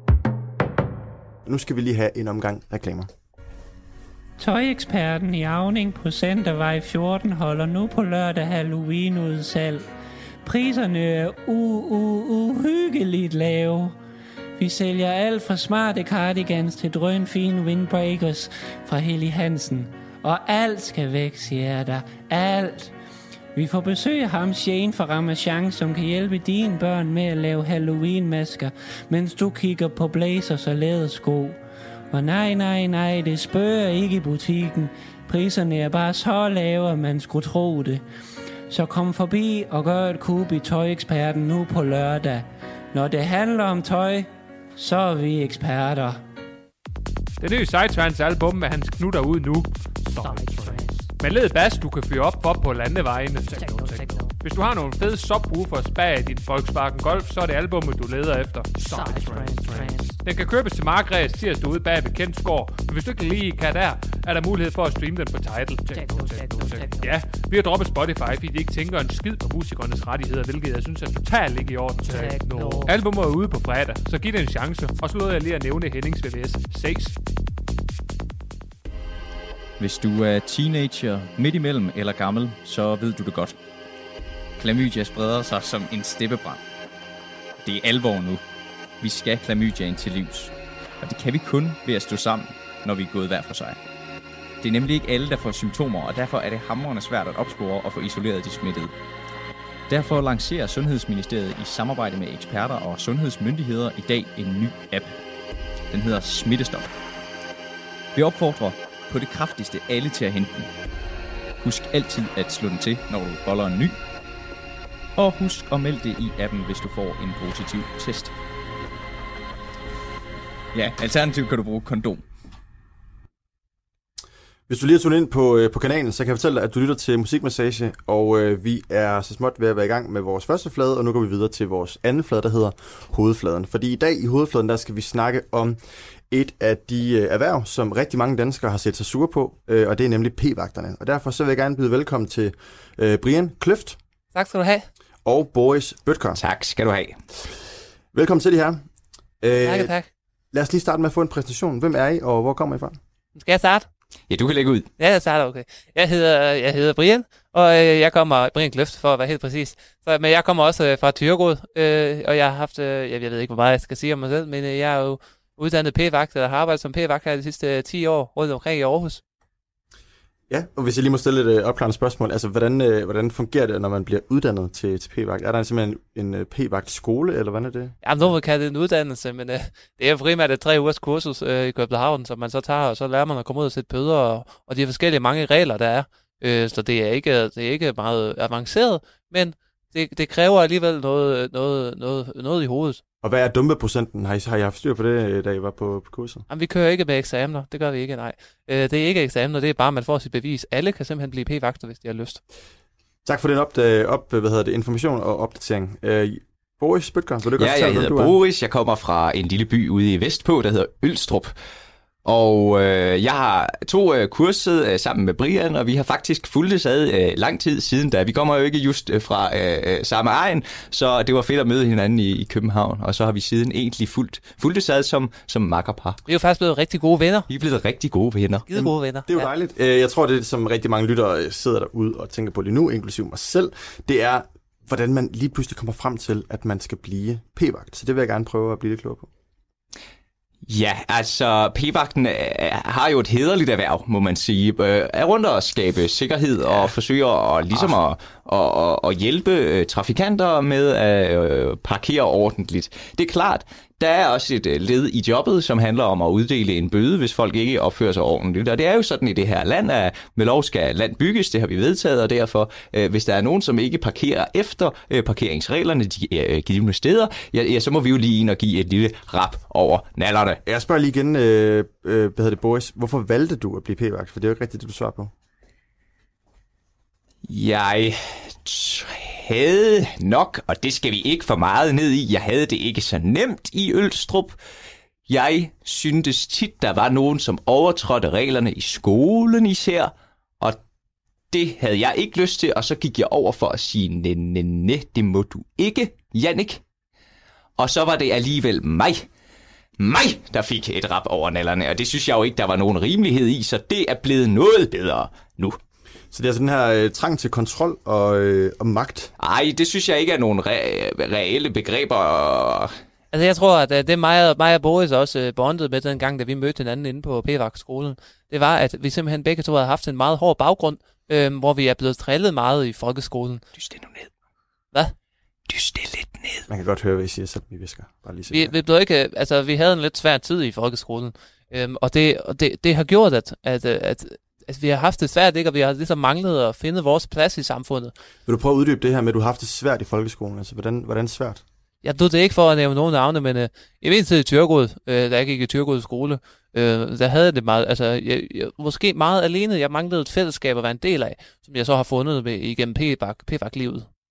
Nu skal vi lige have en omgang reklamer. Tøjeksperten i Auning på Centervej fjorten holder nu på lørdag Halloween-udsalg. Priserne er u- u- uhyggeligt lave. Vi sælger alt fra smarte cardigans til drønfine windbreakers fra Helly Hansen. Og alt skal væk, siger der. Alt. Vi får besøg af ham Shane fra Ramachan, som kan hjælpe dine børn med at lave Halloween-masker, mens du kigger på blazers og lædersko. Og nej, nej, nej, det spørger ikke i butikken. Priserne er bare så lave, at man skulle tro det. Så kom forbi og gør et kub i Tøjeksperten nu på lørdag. Når det handler om tøj, så er vi eksperter. Det nye Sidetrans album med hans knutter ud nu. Med led bas, du kan fyre op for på landevejene. Techno, techno. Hvis du har nogle fede subwoofers bag din Volkswagen Golf, så er det albumet, du leder efter. Den kan købes til markræs tirsdag ude bag ved Kentskov, men hvis du ikke lige kan der, er der mulighed for at streame den på Tidal. Techno, techno, techno. Ja, vi har droppet Spotify, fordi de ikke tænker en skid på musikernes rettigheder, hvilket jeg synes er totalt ikke i orden. Techno. Albumet er ude på fredag, så giv det en chance, og så lod jeg lige at nævne Hennings V V S. Ses! Hvis du er teenager, midt imellem eller gammel, så ved du det godt. Klamydia spreder sig som en steppebrand. Det er alvor nu. Vi skal klamydiaen til livs. Og det kan vi kun ved at stå sammen, når vi er gået hver for sig. Det er nemlig ikke alle, der får symptomer, og derfor er det hamrende svært at opspore og få isoleret de smittede. Derfor lancerer Sundhedsministeriet i samarbejde med eksperter og sundhedsmyndigheder i dag en ny app. Den hedder Smittestop. Vi opfordrer på det kraftigste alle til at hente den. Husk altid at slå den til, når du boller en ny. Og husk at melde det i appen, hvis du får en positiv test. Ja, alternativt kan du bruge kondom. Hvis du lige har tunet ind på, øh, på kanalen, så kan jeg fortælle dig, at du lytter til Musikmassage, og øh, vi er så småt ved at være i gang med vores første flade, og nu går vi videre til vores anden flade, der hedder Hovedfladen. Fordi i dag i Hovedfladen, der skal vi snakke om et af de øh, erhverv, som rigtig mange danskere har set sig sure på, øh, og det er nemlig p-vagterne. Og derfor så vil jeg gerne byde velkommen til øh, Brian Kløft. Tak skal du have. Og Boris Bødker. Tak skal du have. Velkommen til de her. Øh, tak, tak. Lad os lige starte med at få en præsentation. Hvem er I, og hvor kommer I fra? Skal jeg starte? Ja, du kan lægge ud. Ja, jeg starter, okay. Jeg hedder, jeg hedder Brian, og øh, jeg kommer, Brian Kløft, for at være helt præcis. Så, men jeg kommer også øh, fra Thyregod, øh, og jeg har haft, øh, jeg ved ikke, hvor meget jeg skal sige om mig selv, men øh, jeg er jo uddannet p-vagt, og har arbejdet som p-vagt her de sidste øh, ti år rundt omkring i Aarhus. Ja, og hvis jeg lige må stille et øh, opklarende spørgsmål, altså hvordan, øh, hvordan fungerer det, når man bliver uddannet til, til p-vagt? Er der simpelthen en, en øh, p-vagt-skole, eller hvad er det? Jamen, nogen vil kalde det en uddannelse, men øh, det er primært et tre ugers kursus øh, i København, som man så tager, og så lærer man at komme ud og sætte bøder, og, og de forskellige mange regler, der er. Øh, så det er, ikke, det er ikke meget avanceret, men det, det kræver alligevel noget, noget, noget, noget i hovedet. Og hvad er dumpeprocenten? Har I, har I haft styr på det, da I var på, på kurset? Jamen, vi kører ikke med eksamener. Det gør vi ikke, nej. Øh, det er ikke eksamener, det er bare, at man får sit bevis. Alle kan simpelthen blive p-vagter, hvis de har lyst. Tak for den op, op, hvad hedder det, information og opdatering. Øh, Boris Bødker, vil du godt ja, fortælle, jeg hedder Boris. Jeg kommer fra en lille by ude i Vestpå, der hedder Ølstrup. Og øh, jeg har to øh, kurset øh, sammen med Brian, og vi har faktisk fulgtes ad øh, lang tid siden da. Vi kommer jo ikke just øh, fra øh, samme egen, så det var fedt at møde hinanden i, i København. Og så har vi siden egentlig fulgt, fulgtes ad som, som makkerpar. Vi er jo faktisk blevet rigtig gode venner. Vi er blevet rigtig gode venner. Skide gode venner. Det er jo dejligt. Ja. Jeg tror, det som rigtig mange lyttere sidder derude og tænker på lige nu, inklusive mig selv, det er, hvordan man lige pludselig kommer frem til, at man skal blive p-vagt. Så det vil jeg gerne prøve at blive lidt klogere på. Ja, altså p-vagten har jo et hæderligt erhverv, må man sige. Er rundt at skabe sikkerhed og forsøger at, ligesom at, at, at hjælpe trafikanter med at parkere ordentligt. Det er klart, der er også et led i jobbet, som handler om at uddele en bøde, hvis folk ikke opfører sig ordentligt. Og det er jo sådan i det her land, at med lov skal land bygges, det har vi vedtaget, og derfor, hvis der er nogen, som ikke parkerer efter parkeringsreglerne de givne steder, ja, ja, så må vi jo lige ind og give et lille rap over nallerne. Jeg spørger lige igen, øh, øh, hvad hedder det, Boris, hvorfor valgte du at blive p-vagt? For det er jo ikke rigtigt, det du svarer på. Jeg havde nok, og det skal vi ikke for meget ned i, jeg havde det ikke så nemt i Ølstrup. Jeg syntes tit, der var nogen, som overtrådte reglerne i skolen især, og det havde jeg ikke lyst til, og så gik jeg over for at sige, næ, næ, næ, det må du ikke, Jannik. Og så var det alligevel mig, mig, der fik et rap over nallerne, og det synes jeg jo ikke, der var nogen rimelighed i, så det er blevet noget bedre nu. Så det er sådan her øh, trang til kontrol og, øh, og magt? Nej, det synes jeg ikke er nogen re- reelle begreber. Altså jeg tror, at det er mig, mig og Boris også øh, bondet med den gang, da vi mødte hinanden inde på p-vagtskolen. Det var, at vi simpelthen begge to havde haft en meget hård baggrund, øh, hvor vi er blevet trillet meget i folkeskolen. Dyst det nu ned. Hvad? Dyst det lidt ned. Man kan godt høre, hvad I siger, så vi visker. Bare lige vi, vi, blev ikke, altså, vi havde en lidt svær tid i folkeskolen, øh, og, det, og det, det har gjort, at, at, at Altså, vi har haft det svært, ikke? Og vi har ligesom manglet at finde vores plads i samfundet. Vil du prøve at uddybe det her med, at du har haft det svært i folkeskolen? Altså, hvordan, hvordan svært? Jeg ved det ikke for at nævne nogen navne, men øh, i min tid i Thyregod, øh, da jeg gik i Thyregod skole, øh, der havde det meget, altså, jeg, jeg, måske meget alene. Jeg manglede et fællesskab at være en del af, som jeg så har fundet med, igennem p-vagt-livet.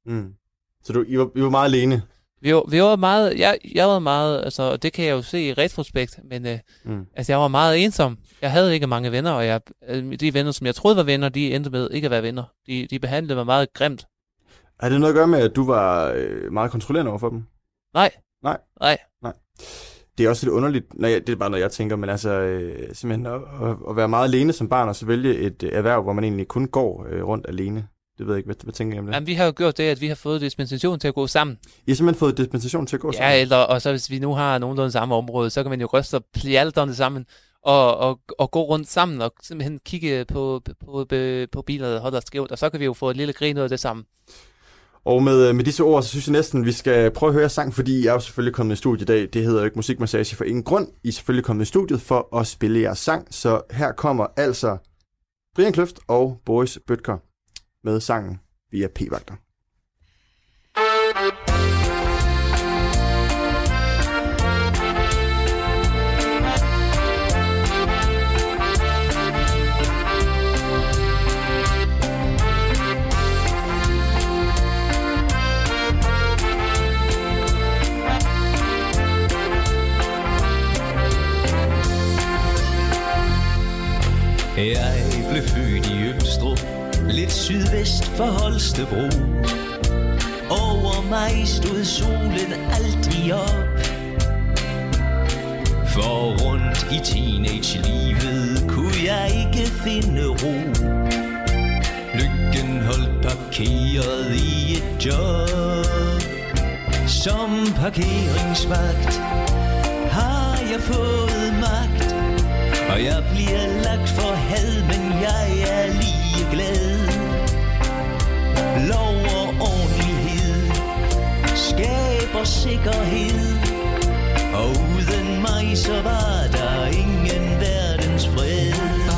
Mm. Så du, I, var, I var meget alene? Vi var, vi var meget, jeg, jeg var meget, altså det kan jeg jo se i retrospekt, men øh, mm. altså jeg var meget ensom. Jeg havde ikke mange venner, og jeg, de venner, som jeg troede var venner, de endte med ikke at være venner. De, de behandlede mig meget grimt. Har det noget at gøre med, at du var øh, meget kontrollerende over for dem? Nej. Nej? Nej. Nej. Det er også lidt underligt, når jeg, det er bare noget, jeg tænker, men altså øh, simpelthen at, at, at være meget alene som barn, og så vælge et øh, erhverv, hvor man egentlig kun går øh, rundt alene. Det ved jeg ikke, hvad, hvad tænker I om det? Jamen, vi har jo gjort det, at vi har fået dispensation til at gå sammen. I har simpelthen fået dispensation til at gå ja, sammen? Ja, eller, og så hvis vi nu har nogenlunde samme område, så kan man jo ryste pjalterne sammen, og, og, og gå rundt sammen, og simpelthen kigge på, på, på, på biler, der holder skævt, og så kan vi jo få et lille grin ud af det sammen. Og med, med disse ord, så synes jeg næsten, vi skal prøve at høre sang, fordi jeg er jo selvfølgelig kommet i studiet i dag. Det hedder jo ikke Musikmassage for ingen grund. I er selvfølgelig kommet i studiet for at spille jeres sang. Så her kommer altså Brian Kløft og Boris Bødker med sangen via P-vagter. Jeg blev født i Ølstrup, lidt sydvest for Holstebro. Over mig stod solen aldrig op, for rundt i teenage-livet kunne jeg ikke finde ro. Lykken holdt parkeret i et job. Som parkeringsvagt har jeg fået magt, og jeg bliver lagt for had, men jeg er lige glad. Lov og ordentlighed skaber sikkerhed, og uden mig så var der ingen verdens fred.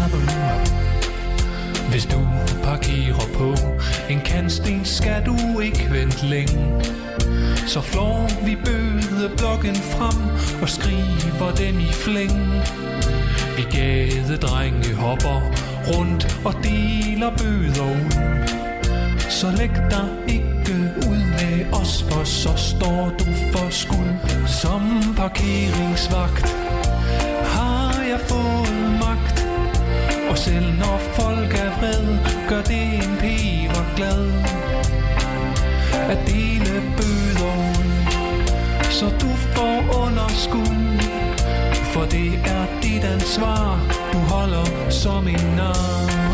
Hvis du parkerer på en kantsten, skal du ikke vente længe. Så flår vi bødeblokken frem og skriver den i flæng. Vi gadedrenge hopper rundt og deler bøder ud. Så læg dig ikke ud med os, for så står du for skud. Som parkeringsvagt har jeg fået magt, og selv når folk er vred, gør det en pæver glad. At dele bøder ud, så du får underskud, for det er dit ansvar, du holder som en nar.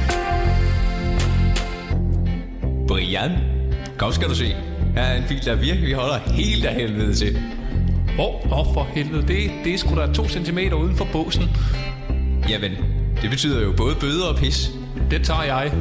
Brian, kom skal du se. Her er en bil, der virkelig holder helt af helvede til. Åh, oh, oh, for helvede, det, det er sgu da to centimeter uden for båsen. Jamen, det betyder jo både bøder og pis. Det tager jeg.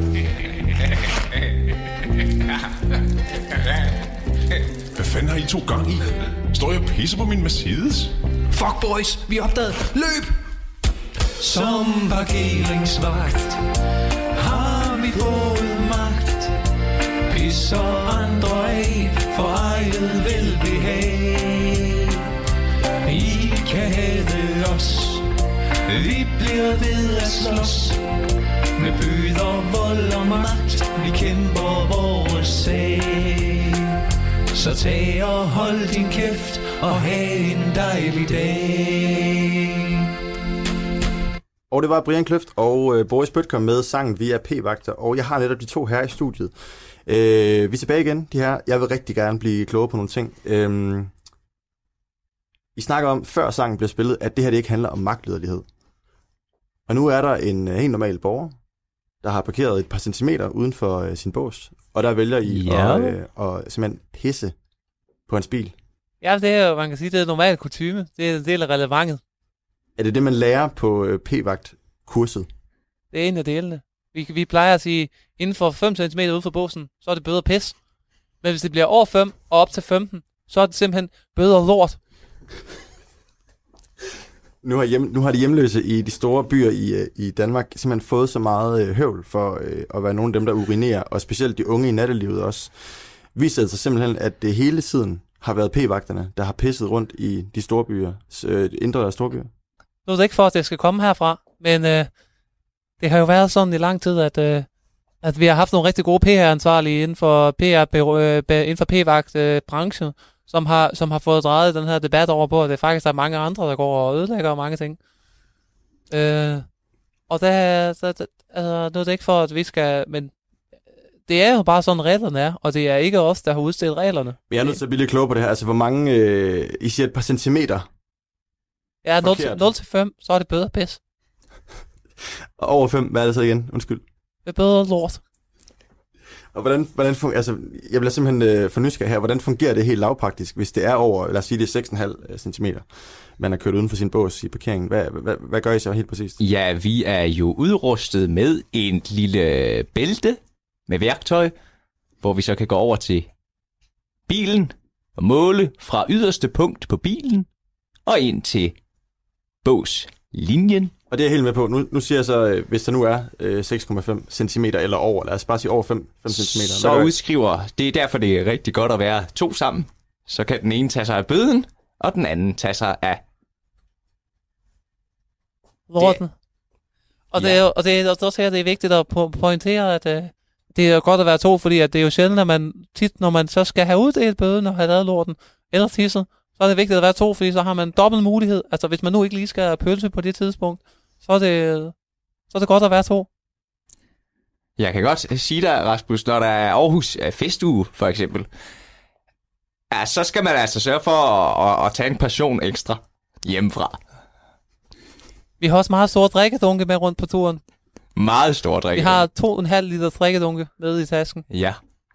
Hvad fanden har I to gang i? Står jeg og pisser på min Mercedes? Fuck boys, vi er opdaget. Løb! Som parkeringsvagt har vi fået magt. Pisser andre af for eget velbehag. I kan have os, vi bliver ved at slås. Med bøder, vold og magt, vi kæmper vores sag. Så tag og hold din kæft og have en dejlig dag. Og det var Brian Kløft og øh, Boris Bødker med sangen via P-vagter. Og jeg har netop de to her i studiet. Øh, vi er tilbage igen, de her. Jeg vil rigtig gerne blive klogere på nogle ting. Øh, I snakker om, før sangen blev spillet, at det her det ikke handler om magtliderlighed. Og nu er der en øh, helt normal borger, der har parkeret et par centimeter uden for øh, sin bås. Og der vælger I ja. at, øh, at simpelthen pisse på hans bil. Ja, det er jo, man kan sige, det er normalt kutyme. Det er en del af relevantet. Er det det, man lærer på øh, P-vagt-kurset? Det er en af delene. Vi, vi plejer at sige, inden for fem centimeter ude for båsen, så er det bøder pis. Men hvis det bliver over fem og op til femten, så er det simpelthen bøder lort. Nu har, hjem, nu har de hjemløse i de store byer i, i Danmark simpelthen fået så meget øh, høvl for øh, at være nogle af dem, der urinerer, og specielt de unge i nattelivet også. Viser det sig simpelthen, at det hele tiden har været P-vagterne, der har pisset rundt i de store byer, øh, indre af store byer. Nu er det ikke for, at det skal komme herfra, men øh, det har jo været sådan i lang tid, at øh, at vi har haft nogle rigtig gode P R-ansvarlige inden for P R, øh, inden for P-vagt-branchen, øh, som har, som har fået drejet den her debat over på, at det faktisk er mange andre, der går og ødelægger mange ting. Øh, og der, der, der, altså, nu er det ikke for, at vi skal, men det er jo bare sådan, reglerne er, og det er ikke os, der har udstedt reglerne. Jeg er nødt til at blive lidt klogere på det her. Altså, hvor mange, øh, I siger et par centimeter? Ja, nul til fem, så er det bedre pis. Og over fem, hvad er det så igen? Undskyld. Det er bedre lort. Og hvordan, hvordan fungerer, altså, jeg bliver simpelthen øh, for nysgerrig her, hvordan fungerer det helt lavpraktisk, hvis det er over, lad os sige, det er seks komma fem centimeter, man har kørt uden for sin bås i parkeringen. Hvad, hvad, hvad gør I så helt præcist? Ja, vi er jo udrustet med en lille bælte med værktøj, hvor vi så kan gå over til bilen og måle fra yderste punkt på bilen og ind til båslinjen. Og det er jeg helt med på. Nu, nu siger jeg så, hvis der nu er øh, seks komma fem centimeter eller over, lad os bare sige over fem centimeter. Så udskriver, det er derfor, det er rigtig godt at være to sammen. Så kan den ene tage sig af bøden, og den anden tage sig af lorten. Og, ja. det, og det, og også her, det er vigtigt at po- pointere, at uh, det er godt at være to, fordi at det er jo sjældent, at man tit, når man så skal have uddelt bøden og have lavet lorten, eller tisset, så er det vigtigt at være to, fordi så har man dobbelt mulighed. Altså, hvis man nu ikke lige skal have pølse på det tidspunkt, så er det, så er det godt at være to. Jeg kan godt sige dig, Rasmus, når der er Aarhus festuge, for eksempel, ja, så skal man altså sørge for at, at, at tage en portion ekstra hjemmefra. Vi har også meget store drikkedunke med rundt på turen. Meget store drikkedunke. Vi har to og en halv liter drikkedunke med i tasken. Ja.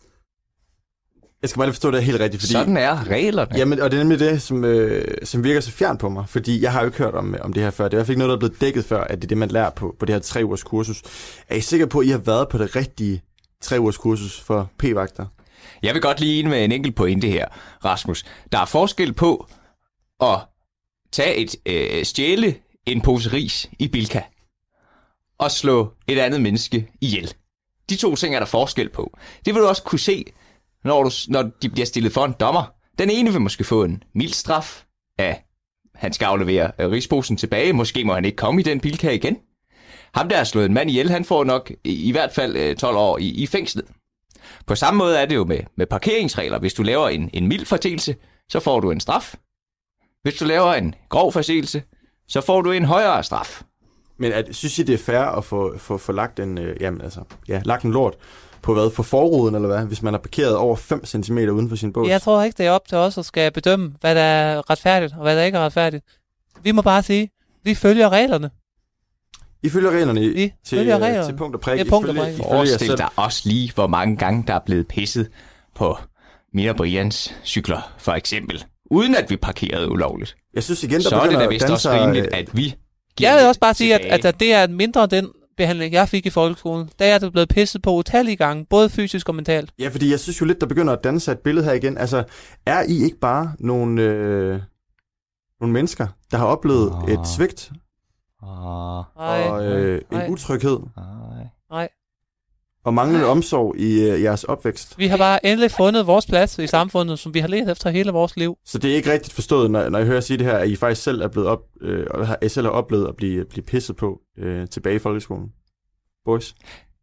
Jeg skal bare lige forstå det helt rigtigt, fordi... Sådan er reglerne. Jamen, og det er nemlig det, som, øh, som virker så fjern på mig, fordi jeg har jo ikke hørt om, om det her før. Det er i hvert fald ikke noget, der er blevet dækket før, at det er det, man lærer på, på det her tre ugers kursus. Er I sikre på, at I har været på det rigtige tre ugers kursus for p-vagter? Jeg vil godt lige ind med en enkelt pointe her, Rasmus. Der er forskel på at tage et øh, stjæle en pose ris i Bilka og slå et andet menneske ihjel. De to ting er der forskel på. Det vil du også kunne se, når, du, når de bliver stillet for en dommer. Den ene vil måske få en mild straf af, han skal aflevere risposen tilbage. Måske må han ikke komme i den Bilka igen. Ham, der har slået en mand ihjel, han får nok i, i hvert fald tolv år i, i fængslet. På samme måde er det jo med, med parkeringsregler. Hvis du laver en, en mild forseelse, så får du en straf. Hvis du laver en grov forseelse, så får du en højere straf. Men at, synes I, det er fair at få, få, få lagt en, øh, jamen, altså, ja, lagt en lort på hvad? For forruden, eller hvad? Hvis man har parkeret over fem centimeter uden for sin bås? Jeg tror ikke, det er op til os at skal bedømme, hvad der er retfærdigt, og hvad der ikke er retfærdigt. Vi må bare sige, vi følger reglerne. I følger reglerne i, vi til, følger reglerne. til punkt og prik. Det er punkt og prik. Forestil dig også lige, hvor mange gange der er blevet pisset på Mina Brians cykler, for eksempel. Uden at vi parkerede ulovligt. Jeg synes igen, der så er det da vist også rimeligt, at vi... Jeg vil også bare sige, at, at det er mindre den behandling, jeg fik i folkeskolen. Der er det blevet pisset på utallige gange, både fysisk og mentalt. Ja, fordi jeg synes jo lidt, der begynder at danne sig et billede her igen. Altså, er I ikke bare nogle, øh, nogle mennesker, der har oplevet oh. et svigt oh. og øh, en Nej. utryghed? Nej. Nej. Og manglende omsorg i øh, jeres opvækst? Vi har bare endelig fundet vores plads i samfundet, som vi har let efter hele vores liv. Så det er ikke rigtigt forstået, når, når jeg hører sige det her, at I faktisk selv er blevet op, øh, og har, I selv har oplevet at blive, blive pisset på øh, tilbage i folkeskolen? Boys?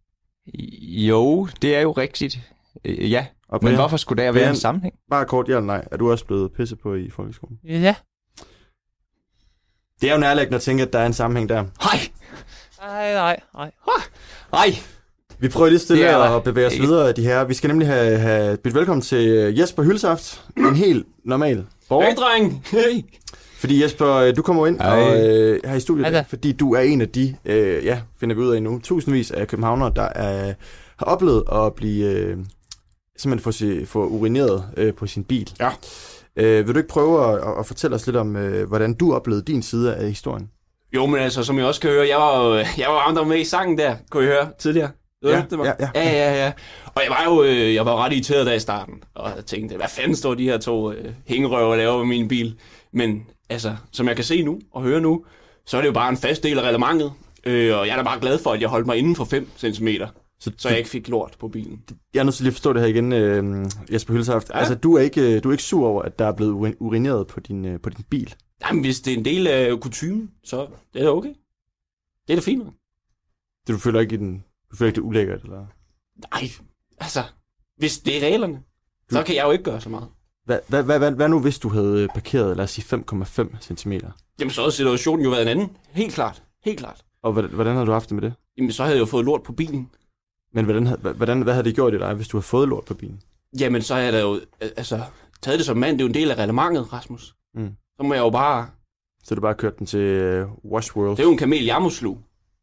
Jo, det er jo rigtigt. Øh, ja, og men hvorfor skulle der være en sammenhæng? Bare kort, ja eller nej. Er du også blevet pisset på i folkeskolen? Ja. Det er jo nærliggende at tænke, at der er en sammenhæng der. Hej! Nej, nej, nej. Hej! Vi prøver lige stille at bevæge os videre, de her. Vi skal nemlig have, have bydt velkommen til Jesper Hylsaft. En helt normal borger. Hey, dreng! Hey! Fordi Jesper, du kommer ind og, øh, her i studiet, Hej. fordi du er en af de, øh, ja, finder vi ud af nu, tusindvis af københavnere, der er, har oplevet at blive, øh, simpelthen få, se, få urineret øh, på sin bil. Ja. Øh, vil du ikke prøve at, at fortælle os lidt om, øh, hvordan du oplevede din side af historien? Jo, men altså, som jeg også kan høre, jeg var, jeg var ham, der var med i sangen der, kunne I høre tidligere? Ja, det var. ja, ja. ja, ja, ja. Og jeg var jo øh, jeg var ret irriteret der i starten, og jeg tænkte, hvad fanden står de her to øh, hængerøver og laver med min bil? Men altså, som jeg kan se nu og høre nu, så er det jo bare en fast del af reglementet, øh, og jeg er da bare glad for, at jeg holdt mig inden for fem centimeter, så, så jeg ikke fik lort på bilen. Jeg er nødt til lige at forstå det her igen, øh, Jesper Hylsaft. Ja? Altså, du er, ikke, du er ikke sur over, at der er blevet urineret på din, øh, på din bil? Jamen, hvis det er en del af kutymen, så det er da okay. Det er da fint. Det du føler ikke i den... Du føler ikke, det er ulækkert, eller? Nej, altså, hvis det er reglerne, du... så kan jeg jo ikke gøre så meget. Hvad, hvad, hvad, hvad, hvad nu, hvis du havde parkeret, lad os sige, fem komma fem centimeter? Jamen, så havde situationen jo været en anden. Helt klart. Helt klart. Og hvordan, hvordan havde du haft det med det? Jamen, så havde jeg jo fået lort på bilen. Men hvordan, hvordan, hvad havde det gjort i dig, hvis du havde fået lort på bilen? Jamen, så havde jeg da jo altså, taget det som mand. Det er jo en del af reglementet, Rasmus. Mm. Så må jeg jo bare... Så du bare kørt den til uh, Wash World? Det er jo en kamel, jeg må sluge.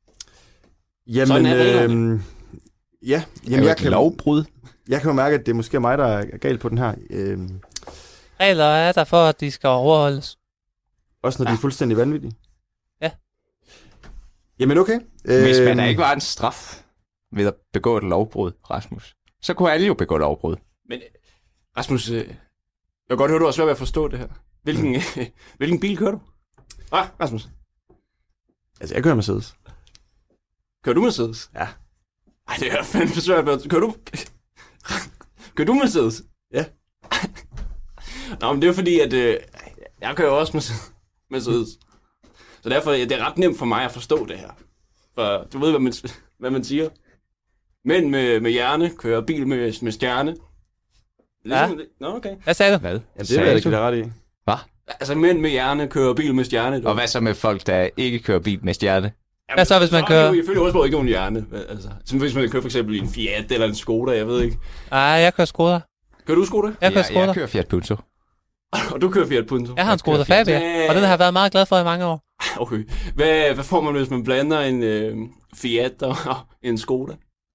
Jamen, øh, ja. Jamen, jeg kan, lovbrud. Jeg kan jo mærke, at det er måske mig, der er galt på den her. Øh, Regler er der for, at de skal overholdes. Også når ja. de er fuldstændig vanvittige? Ja. Jamen, okay. Hvis man øh, der ikke var en straf ved at begå et lovbrud, Rasmus, så kunne alle jo begå et lovbrud. Men Rasmus, øh, jeg kan godt høre, du har svært ved at forstå det her. Hvilken, øh, hvilken bil kører du? Ah, Rasmus. Altså, jeg kører Mercedes. Kører du Mercedes? Ja. Ej, det er fandme svært ved at... Kører du... kører du Mercedes? Ja. Nå, men det er fordi, at øh, jeg kører også Mercedes. Så derfor det er ret nemt for mig at forstå det her. For du ved, hvad man, hvad man siger. Mænd med, med hjerne kører bil med, med stjerne. Ligesom, ja. Nå, okay. Hvad sagde du? Hvad? Ja, det er jeg ikke ret i. Hvad? Altså, mænd med hjerne kører bil med stjerne. Og hvad så med folk, der ikke kører bil med stjerne? Hvad så, hvis man kører... Jeg føler også på, at ikke nogen hjerne. Altså, som hvis man kører for eksempel en Fiat eller en Skoda, jeg ved ikke. Nej, jeg kører Skoda. Kører du Skoda? Jeg kører Skoda. Jeg kører Fiat Punto. Og du kører Fiat Punto? Jeg har en Skoda Fabia, og den har jeg været meget glad for i mange år. Okay. Hvad, hvad får man, hvis man blander en øh, Fiat og en Skoda?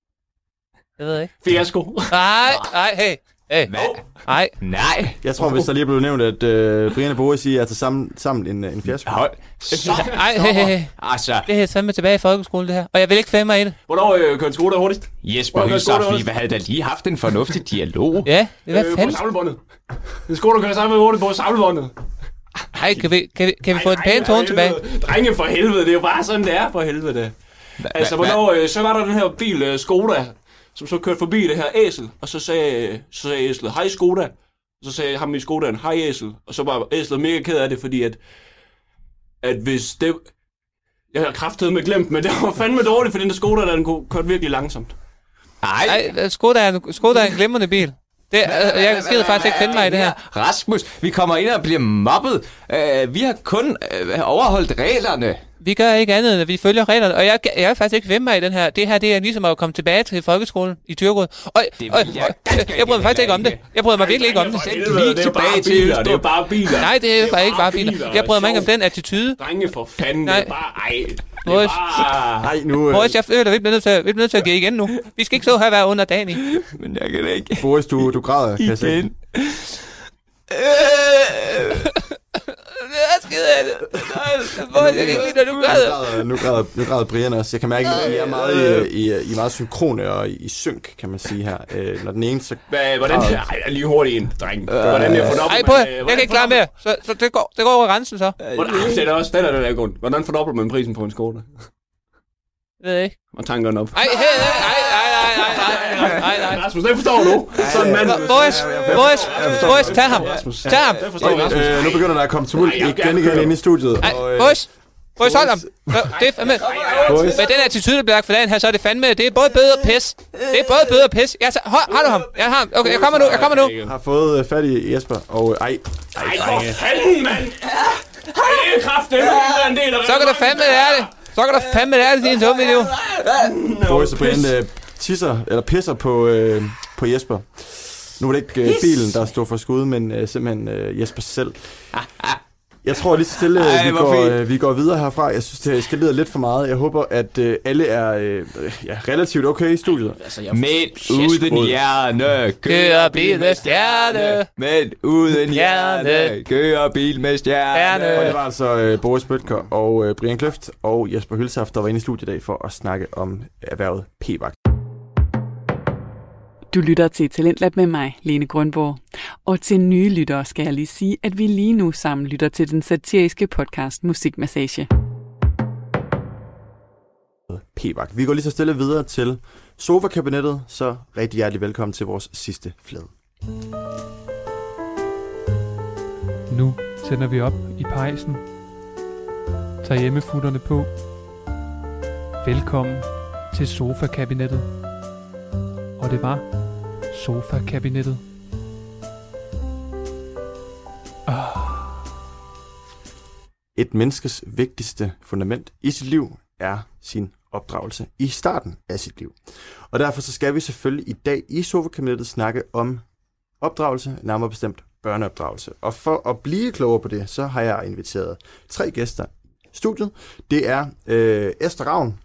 Jeg ved ikke. Fiasko. Nej, nej, hey. Hey. Nej. Nej. Jeg tror, hvis der lige blev nævnt, at øh, Brian og Boris er til sammen, sammen en, en fiasko. Nej, hey, hey, hey. Altså. Det er fandme tilbage i folkeskolen, det her. Og jeg vil ikke fæmme mig i det. Hvornår øh, kører en Skoda hurtigst? Jesper Hylshoff, vi havde da lige haft en fornuftig dialog. Ja, det er hvad fanden? På samlebåndet. En Skoda kører sammen med hurtigt på samlebåndet. Hej, kan vi, kan vi, kan vi få et pænt tone tilbage? Drenge for helvede, det er jo bare sådan, det er for helvede. Altså, hvornår, øh, så var der den her bil, øh, Skoda, som så kørte forbi det her æsel, og så sagde, så sagde æslet, hej Skoda. Og så sagde ham i Skodaen, hej æsel. Og så var æslet mega ked af det, fordi at, at hvis det... Jeg har kraftedet med glemt, men det var fandme dårligt, for den der Skoda, der den kunne køre virkelig langsomt. Nej, Skoda er en, Skoda er en glimrende bil. Det, øh, jeg gider faktisk ikke finde mig i det her. Rasmus, vi kommer ind og bliver mobbet. Uh, vi har kun uh, overholdt reglerne. Vi gør ikke andet, end at vi følger reglerne. Og jeg, jeg er faktisk ikke finde mig i den her. Det her, det er ligesom at komme tilbage til folkeskolen i Tyrkod. Og, og, og jeg, jeg bryder mig faktisk ikke om det. Jeg bryder mig virkelig ikke om det. Lige tilbage til det er bare biler. Nej, det er bare ikke bare biler. Jeg bryder mig ikke om den attitude. Drenge for fanden, det er bare ej. Boris, Nej, nu... Øh... Boris, jeg føler, vi bliver nødt til, vi bliver nødt til at give igen nu. Vi skal ikke så her være under dagen i. Men jeg kan ikke. Boris, du, du græder, kan jeg sige. Igen. Jeg er skide af det. Boris, jeg kan ikke lide, når du græder. Nu græder, nu græder Brian også. Jeg kan mærke, at I er meget, i, i, I er meget synkrone og i, i synk, kan man sige her. Øh, når den ene så... Hvad, hvordan... Ej, lige hurtigt ind, dreng. Hvordan jeg fordobler... Ej, prøv at, jeg kan ikke klare mere. Så, så det, går, det går over grænsen, så. Hvordan, det er også den, der er grund. Hvordan fordobler man prisen på en Skoda? Jeg ved ikke. Og tanker den op. Ej, hey, ej, ej, ej, ej, ej, ej, ej. Rasmus, det forstår du. Sådan en mand. Boris, Boris, Boris, tag ham. Tag ham. Øh, nu begynder der at komme tumult igen igen ind i studiet. Ej, Boris. Boris, hold ham. Det er fandme... Med den attitude, der bliver lagt for dagen her, så er det fandme... Det er både bøde og pis. Det er både bøde og pis. Jeg har, har du ham? Jeg har ham. Okay, jeg kommer nu. Jeg kommer nu. Jeg har fået fat i Jesper, og ej... Ej, for fanden, mand! Ej, kraft, det er en del af... Så kan du fandme lære det. Så kan du fandme lære det, din dumme video. Boris og Brian øh, tisser, eller pisser på, øh, på Jesper. Nu var det ikke øh, bilen, der stod for skud, men øh, simpelthen øh, Jesper selv. Jeg tror lige så stille, Ej, vi, går, øh, vi går videre herfra. Jeg synes, det skal lide lidt for meget. Jeg håber, at øh, alle er øh, ja, relativt okay i studiet. Altså, men uden hjerne, kører bil med stjerne. Men uden hjerne, kører bil med stjerne. Og det var altså øh, Boris Bødker og øh, Brian Kløft og Jesper Hylshoff, der var inde i studiet i dag for at snakke om erhvervet P-vagt. Du lytter til Talentlab med mig, Lene Grønborg. Og til nye lyttere skal jeg lige sige, at vi lige nu sammen lytter til den satiriske podcast Musikmassage. P-vagt. Vi går lige så stille videre til Sofa-kabinettet, så rigtig hjertelig velkommen til vores sidste flade. Nu tænder vi op i pejsen. Tag hjemmefutterne på. Velkommen til Sofa-kabinettet. og det var Sofa-kabinettet. Ah. Et menneskes vigtigste fundament i sit liv er sin opdragelse i starten af sit liv. Og derfor så skal vi selvfølgelig i dag i Sofa-kabinettet snakke om opdragelse, nærmere bestemt børneopdragelse. Og for at blive klogere på det, så har jeg inviteret tre gæster i studiet. Det er øh, Esther Ravn.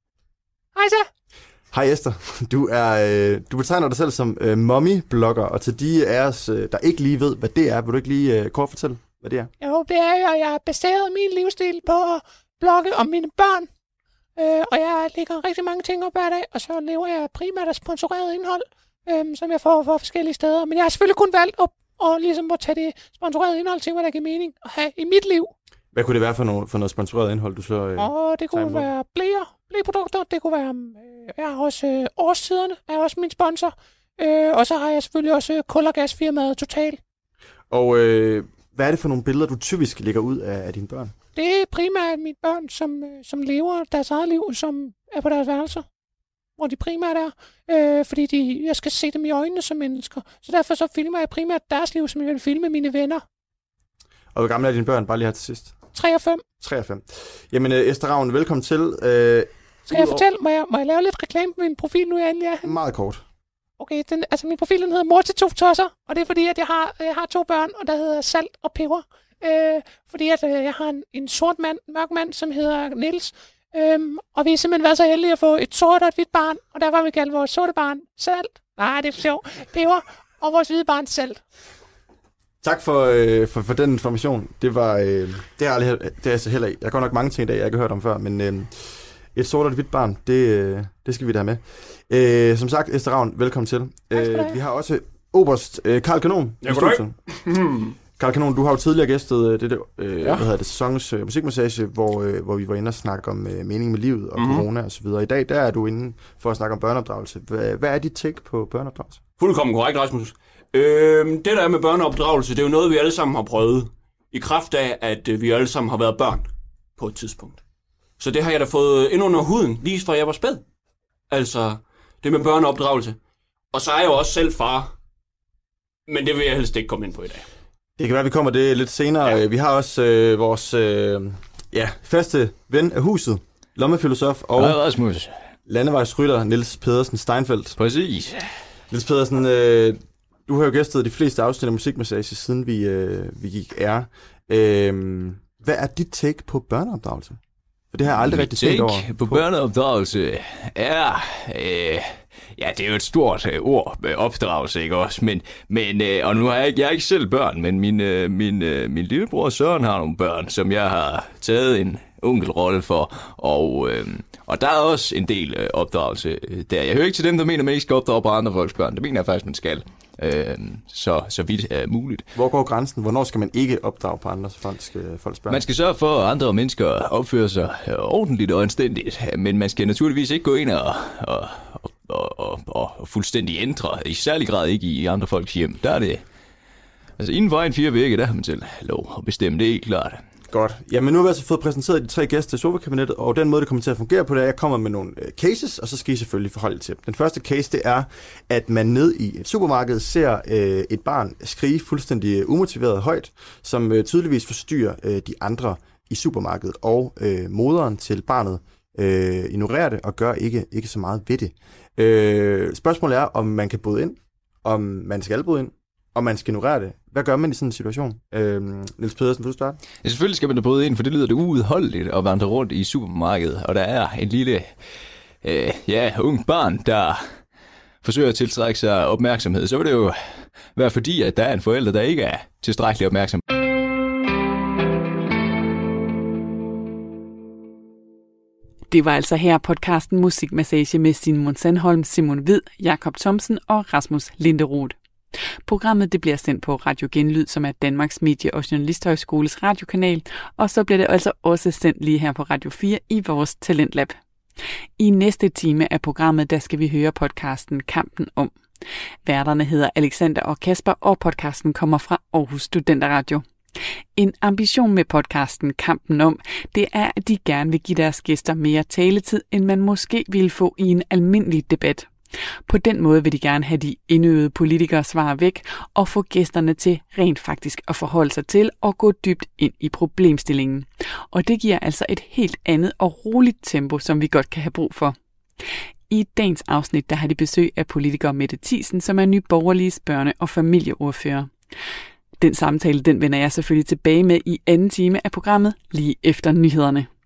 Hej så. Hej Esther. Du, er, øh, du betegner dig selv som øh, mommy-blogger, og til de af os, øh, der ikke lige ved, hvad det er, vil du ikke lige øh, kort fortælle, hvad det er? Jo, det er jeg. Jeg har baseret min livsstil på at blogge om mine børn. Øh, og jeg lægger rigtig mange ting op hver dag, og så lever jeg primært af sponsoreret indhold, øh, som jeg får fra forskellige steder. Men jeg har selvfølgelig kun valgt at, og ligesom at tage det sponsorerede indhold til, hvad der giver mening at have i mit liv. Hvad kunne det være for noget, for noget sponsoreret indhold, du så øh, Og det kunne være bleer, blegeprodukter, det kunne være, øh, jeg har også øh, årstiderne, er også min sponsor. Øh, og så har jeg selvfølgelig også øh, kul- og gasfirmaet Total. Og øh, hvad er det for nogle billeder, du typisk lægger ud af, af dine børn? Det er primært mine børn, som, øh, som lever deres eget liv, som er på deres værelser, hvor de primært er, øh, fordi de, jeg skal se dem i øjnene som mennesker. Så derfor så filmer jeg primært deres liv, som jeg vil filme mine venner. Og hvor gamle er dine børn, bare lige her til sidst? tre og fem. tre og fem. Jamen, Esther Ravn, velkommen til. Øh, Skal jeg fortælle, må jeg, må jeg lave lidt reklame på min profil nu, jeg endelig er? Meget kort. Okay, den, altså min profil den hedder Mor til to tosser, og det er fordi, at jeg har, jeg har to børn, og der hedder Salt og Peber. Øh, fordi at øh, jeg har en, en sort mand, mørk mand, som hedder Niels. Øhm, og vi har simpelthen været så heldige at få et sort og et hvidt barn, og derfor har vi kaldt vores sorte barn Salt. Nej, det er for sjovt. Peber, og vores hvide barn Salt. Tak for, øh, for, for den information. Det var øh, det er aldrig, det er altså heller ikke. Jeg har godt nok mange ting i dag, jeg ikke har hørt om før, men øh, et sort og et hvidt barn, det, øh, det skal vi da have med. Øh, som sagt, Esther Ravn, velkommen til. Øh, vi har også oberst øh, Karl Kanon. Ja, goddag. Karl Kanon, du har jo tidligere gæstet det der, øh, ja. hvad hedder det, sæsonens øh, musikmassage, hvor, øh, hvor vi var inde og snakke om øh, mening med livet og mm-hmm. corona og så videre. I dag, der er du inde for at snakke om børneopdragelse. Hvad, hvad er dit take på børneopdragelse? Fuldkommen korrekt, Rasmus. Øh, det der er med børneopdragelse, det er jo noget, vi alle sammen har prøvet. I kraft af, at øh, vi alle sammen har været børn på et tidspunkt. Så det har jeg da fået ind under huden, lige fra jeg var spæd. Altså, det med børneopdragelse. Og så er jeg jo også selv far. Men det vil jeg helst ikke komme ind på i dag. Det kan være, vi kommer det lidt senere. Ja. Vi har også øh, vores øh, ja, faste ven af huset, lommefilosof og Hej, Rasmus. landevejsrytter Niels Pedersen Steinfeldt. Præcis. Niels Pedersen, øh, du har jo gæstet de fleste afsnit af Musikmassage, siden vi, øh, vi gik ære. Øh, hvad er dit take på børneopdragelse? For det har jeg aldrig rigtig tænkt over. På, på børneopdragelse er... Øh, ja, det er jo et stort øh, ord med opdragelse, ikke også? Men, men øh, og nu har jeg ikke, jeg er ikke selv børn, men min, øh, min, øh, min lillebror Søren har nogle børn, som jeg har taget en onkelrolle for. Og, øh, og der er også en del øh, opdragelse der. Jeg hører ikke til dem, der mener, man ikke skal opdrage på andre folks børn. Det mener jeg faktisk, man skal. Øh, så, så vidt er muligt. Hvor går grænsen? Hvornår skal man ikke opdrage på andre folks, folks børn? Man skal sørge for, at andre mennesker opfører sig ordentligt og anstændigt, men man skal naturligvis ikke gå ind og, og, og, og, og fuldstændig ændre, i særlig grad ikke i andre folks hjem. Der er det, altså inden for en fire vægge, der har man selv lov at bestemme, det er ikke klart. Godt. Jamen nu har vi altså fået præsenteret de tre gæster i Sofa-kabinettet, og den måde, det kommer til at fungere på, det er, at jeg kommer med nogle øh, cases, og så skal I selvfølgelig forholde til dem. Den første case, det er, at man ned i et supermarked ser øh, et barn skrige fuldstændig umotiveret højt, som øh, tydeligvis forstyrrer øh, de andre i supermarkedet, og øh, moderen til barnet øh, ignorerer det og gør ikke, ikke så meget ved det. Øh, spørgsmålet er, om man kan bryde ind, om man skal bryde ind, og man skal ignorere det. Hvad gør man i sådan en situation? Øhm, Niels Pedersen, vil du starte? Ja, selvfølgelig skal man da bryde ind, for det lyder det uudholdeligt at vandre rundt i supermarkedet, og der er en lille, øh, ja, ung barn, der forsøger at tiltrække sig opmærksomhed. Så vil det jo være fordi, at der er en forælder, der ikke er tilstrækkeligt opmærksom. Det var altså her podcasten Musikmassage med Simon Sandholm, Simon Hvid, Jakob Thomsen og Rasmus Linderoth. Programmet det bliver sendt på Radio Genlyd, som er Danmarks Medie- og Journalisthøjskoles radiokanal, og så bliver det altså også sendt lige her på Radio fire i vores Talentlab. I næste time af programmet, der skal vi høre podcasten Kampen om. Værterne hedder Alexander og Kasper, og podcasten kommer fra Aarhus Studenterradio. En ambition med podcasten Kampen om, det er, at de gerne vil give deres gæster mere taletid, end man måske ville få i en almindelig debat. På den måde vil de gerne have de indøvede politikere svar væk og få gæsterne til rent faktisk at forholde sig til og gå dybt ind i problemstillingen. Og det giver altså et helt andet og roligt tempo, som vi godt kan have brug for. I dagens afsnit der har de besøg af politiker Mette Thiesen, som er Nye Borgerliges børne- og familieordfører. Den samtale den vender jeg selvfølgelig tilbage med i anden time af programmet lige efter nyhederne.